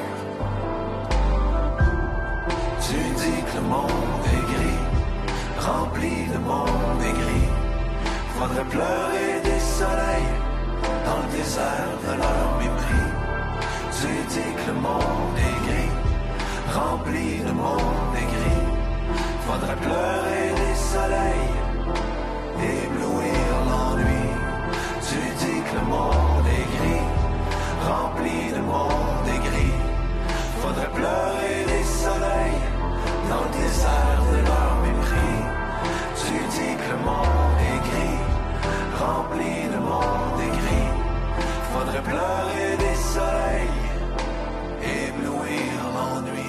Tu dis que le monde est gris, rempli de monde est gris. Faudrait pleurer des soleils dans le désert de leur mépris. Tu dis que le monde est gris, rempli de monde est gris. Faudrait pleurer des soleils, éblouir l'ennui. Tu dis que le monde est gris, rempli de monde est gris. Faudrait pleurer des soleils dans le désert de leur mépris. Tu dis que le monde est gris, rempli de monde est gris. Faudrait pleurer des soleils, éblouir l'ennui.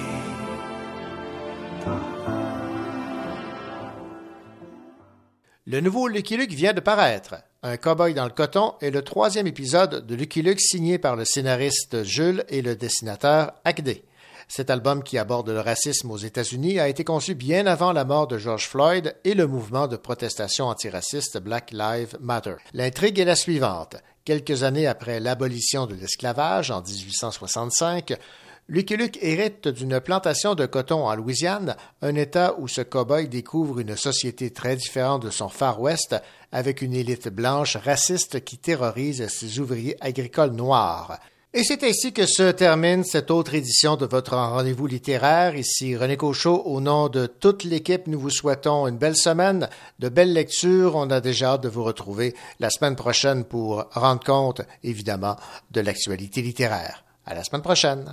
Le nouveau Lucky Luke vient de paraître. Un cow-boy dans le coton est le 3e épisode de Lucky Luke signé par le scénariste Jules et le dessinateur Hackday. Cet album qui aborde le racisme aux États-Unis a été conçu bien avant la mort de George Floyd et le mouvement de protestation antiraciste Black Lives Matter. L'intrigue est la suivante. Quelques années après l'abolition de l'esclavage en 1865, Lucky Luke hérite d'une plantation de coton en Louisiane, un État où ce cow-boy découvre une société très différente de son Far West, avec une élite blanche raciste qui terrorise ses ouvriers agricoles noirs. Et c'est ainsi que se termine cette autre édition de votre rendez-vous littéraire. Ici René Cochot, au nom de toute l'équipe, nous vous souhaitons une belle semaine, de belles lectures. On a déjà hâte de vous retrouver la semaine prochaine pour rendre compte, évidemment, de l'actualité littéraire. À la semaine prochaine.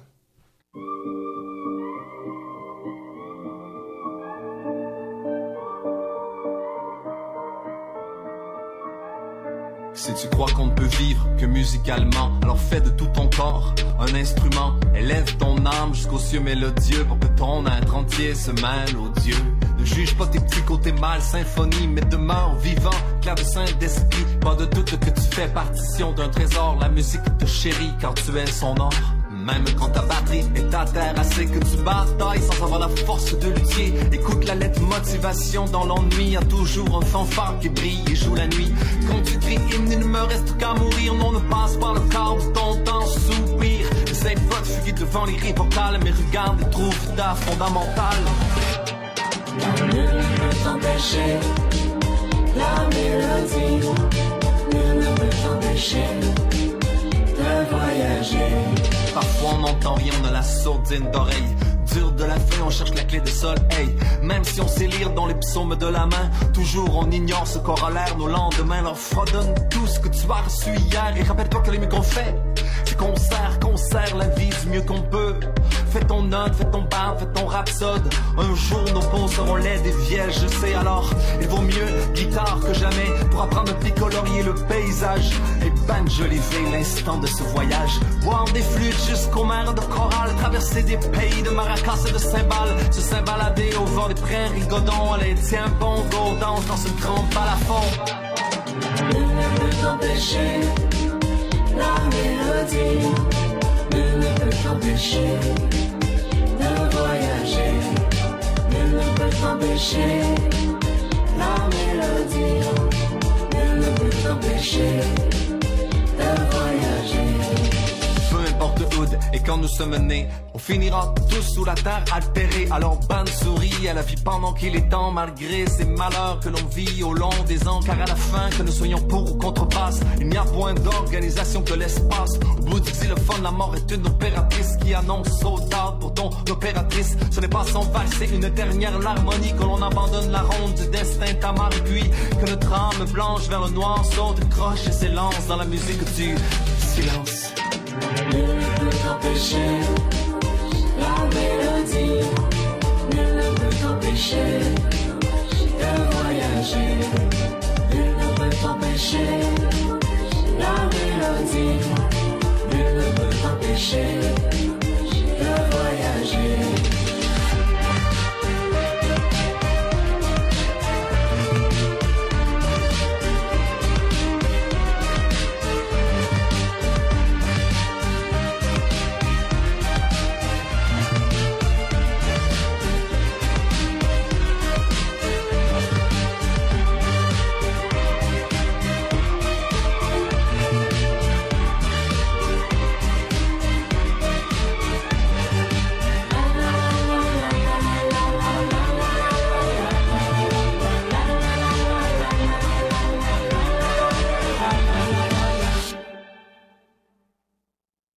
Si tu crois qu'on ne peut vivre que musicalement, alors fais de tout ton corps un instrument. Élève ton âme jusqu'aux cieux mélodieux pour que ton être entier se mêle aux dieux. Ne juge pas tes petits côtés mal, symphonie, mais demeure vivant, clavecin d'esprit. Pas de doute que tu fais partition d'un trésor. La musique te chérit car tu es son or. Même quand ta batterie est à terre, assez que tu batailles sans avoir la force de luthier. Écoute la lettre motivation dans l'ennui. Y'a toujours un fanfare qui brille et joue la nuit. Quand tu cries hymne, il ne me reste qu'à mourir. Non, ne passe pas le quart de ton temps, soupir. Essaye pas de fuir devant les rives vocales, mais regarde et trouve ta fondamentale. Nul ne peut t'empêcher la mélodie. Nul ne peut t'empêcher de voyager. Parfois on n'entend rien de la sourdine d'oreille. Dur de la feuille, on cherche la clé de sol, hey. Même si on sait lire dans les psaumes de la main, toujours on ignore ce corollaire. Nos lendemains leur fredonnent tout ce que tu as reçu hier. Et rappelle-toi que les mieux qu'on fait, c'est qu'on sert la vie du mieux qu'on peut. Fais ton note, fais ton band, fais ton rhapsode. Un jour nos peaux seront laides et vierges, je sais alors. Il vaut mieux guitare que jamais pour apprendre à décolorier le paysage. Et banjoliver l'instant de ce voyage. Boire des flûtes jusqu'aux mers de chorale. Traverser des pays de maracas et de cymbales. Se cymbalader au vent des prairies godons. Allez tiens bon go, danse dans ce grand balafon. Nul ne peut t'empêcher la mélodie. Nul ne peut t'empêcher de voyager. Nul ne peut t'empêcher la la mélodie. Nul ne peut t'empêcher de voyager. Peu importe où et quand nous sommes nés, on finira tous sous la terre altérée. Alors bonne souris à la vie pendant qu'il est temps, malgré ces malheurs que l'on vit au long des ans. Car à la fin, que nous soyons pour ou contre basse, il n'y a point d'organisation que l'espace. Au bout du xylophone, la mort est une opératrice qui annonce soldat pour ton opératrice. Ce n'est pas son val, c'est une dernière l'harmonie, que l'on abandonne la ronde du destin tamar, et puis que notre âme blanche vers le noir saute, croche et s'élance dans la musique du silence. Nul ne peut t'empêcher la mélodie. Nul ne peut t'empêcher de voyager. Nul ne peut t'empêcher la mélodie. Nul ne peut t'empêcher